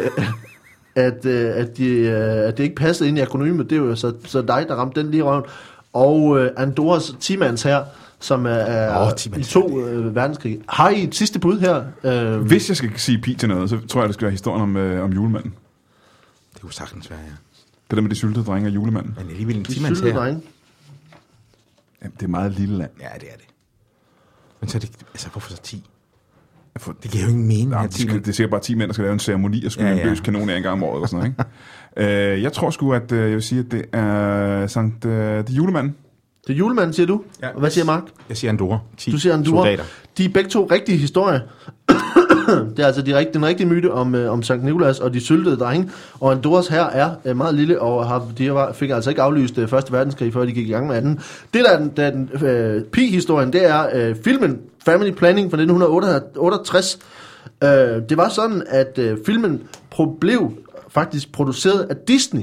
at det ikke passede ind i akronymet. Det er jo så dig, der ramte den lige i røven. Og Andorras Timans her, som er i 2 verdenskrig. Har I et sidste bud her? Hvis jeg skal sige pi til noget, så tror jeg, det skal være historien om julemanden. Det kunne sagtens være, ja. Det der med de syltede drenge og julemanden. Men alligevel en de Timans syltede her. Drenge. Jamen, det er meget lille land. Ja, det er det. Men så er det, altså hvorfor så 10? Det giver jo ingen mening. Det er sikkert bare 10 mænd, der skal lave en ceremoni og skyde en løs kanon en gang om året. Eller sådan noget, ikke? Jeg tror sgu, at jeg vil sige, at det er det julemanden. Det er julemanden, siger du? Ja. Og hvad siger Mark? Jeg siger Andorra. 10 du siger Andorra. Soldater. De er begge 2 rigtige historier. Det er altså den rigtige myte om Sankt Nicholas og de syltede drenge. Og Andorras her er meget lille, og fik altså ikke aflyst Første Verdenskrig, før de gik i gang med anden. Det der er den pi-historien, det er filmen Family Planning fra 1968. Det var sådan, at filmen blev faktisk produceret af Disney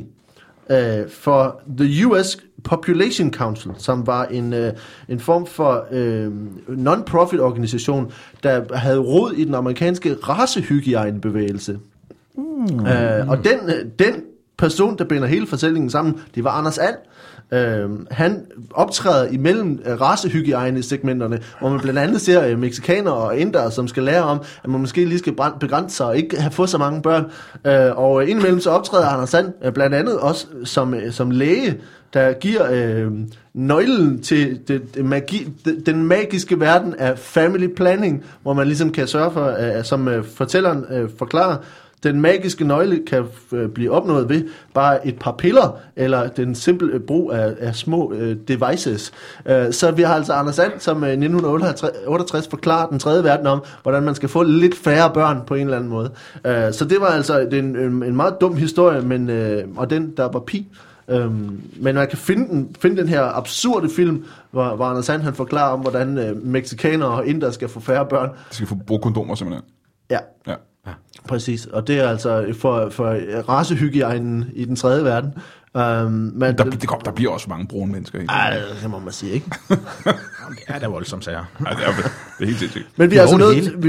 for The US Population Council, som var en form for non-profit organisation, der havde rod i den amerikanske racehygiejnebevægelse. Og den person, der binder hele fortællingen sammen, det var Anders And. Han optræder imellem racehygiejne-segmenterne, hvor man blandt andet ser mexikanere og indere, som skal lære om, at man måske lige skal begrænse sig og ikke få så mange børn. Og indimellem så optræder Anders And blandt andet også som læge, der giver nøglen til den magiske verden af family planning, hvor man ligesom kan sørge for, som fortælleren forklarer, den magiske nøgle kan blive opnået ved bare et par piller, eller den simple brug af små devices. Så vi har altså Anders And, som i 1968 forklarer den tredje verden om, hvordan man skal få lidt færre børn på en eller anden måde. Så det var altså en meget dum historie, og den, der var pi. Men man kan finde den her absurde film, hvor Anders And han forklarer om, hvordan mexikanere og inder skal få færre børn. De skal få bruge kondomer simpelthen. Ja. Præcis, og det er altså for racehygiejnen i den tredje verden. Men der bliver også mange brune mennesker i. Ej, det må man sige, ikke? Det er da voldsomt, sager. Det er helt sindssygt. Men vi er altså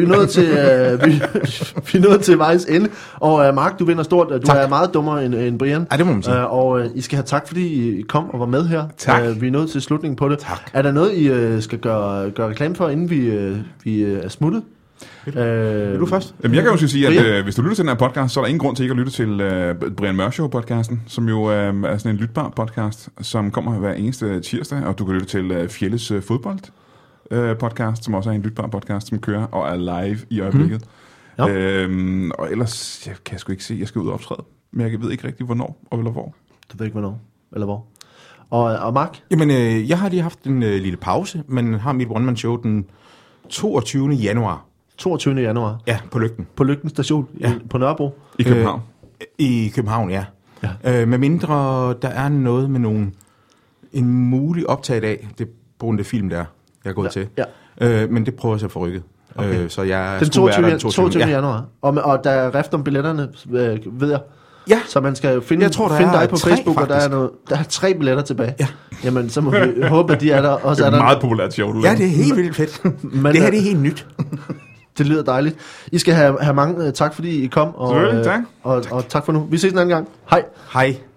nået til vejs ende. Og Mark, du vinder stort. Du er meget dummere end Brian. Ja, det må man sige. Og I skal have tak, fordi I kom og var med her. Tak. Vi er nået til slutningen på det. Tak. Er der noget, I skal gøre reklame for, inden vi er smuttet? Vil du først? Jamen, jeg kan jo sige, at hvis du lytter til den her podcast, så er der ingen grund til ikke at lytte til Brian Mørk Show-podcasten, som jo er sådan en lytbar podcast, som kommer hver eneste tirsdag, og du kan lytte til Fjelles fodbold-podcast, som også er en lytbar podcast, som kører og er live i øjeblikket. Og ellers, jeg kan sgu ikke se, jeg skal ud og optræde, men jeg ved ikke rigtig, hvornår eller hvor. Du ved ikke, hvornår eller hvor. Og Mark? Jamen, jeg har lige haft en lille pause, men har mit one-man-show den 22. januar. 22. januar? Ja, på Lygten. På Lygten station på Nørrebro? I København? I København, ja. Med mindre der er noget med en mulig optaget af det brugende film, der jeg er gået til. Ja. Men det prøver jeg så at få rykket. Okay. Så jeg Den skulle være der 22. Ja. januar. Og der er rift om billetterne, ved jeg. Ja. Så man skal finde, Jeg tror, der finde er dig på 3, Facebook, og faktisk. der er 3 billetter tilbage. Ja. Jamen, så må vi håbe, at de er der. Også Det er er et der. meget populært show, du Ja, laver. det er helt vildt fedt. Men, det her det er helt nyt. Det lyder dejligt. I skal have mange tak, fordi I kom. Og, Selvfølgelig, tak. Og tak for nu. Vi ses en anden gang. Hej. Hej.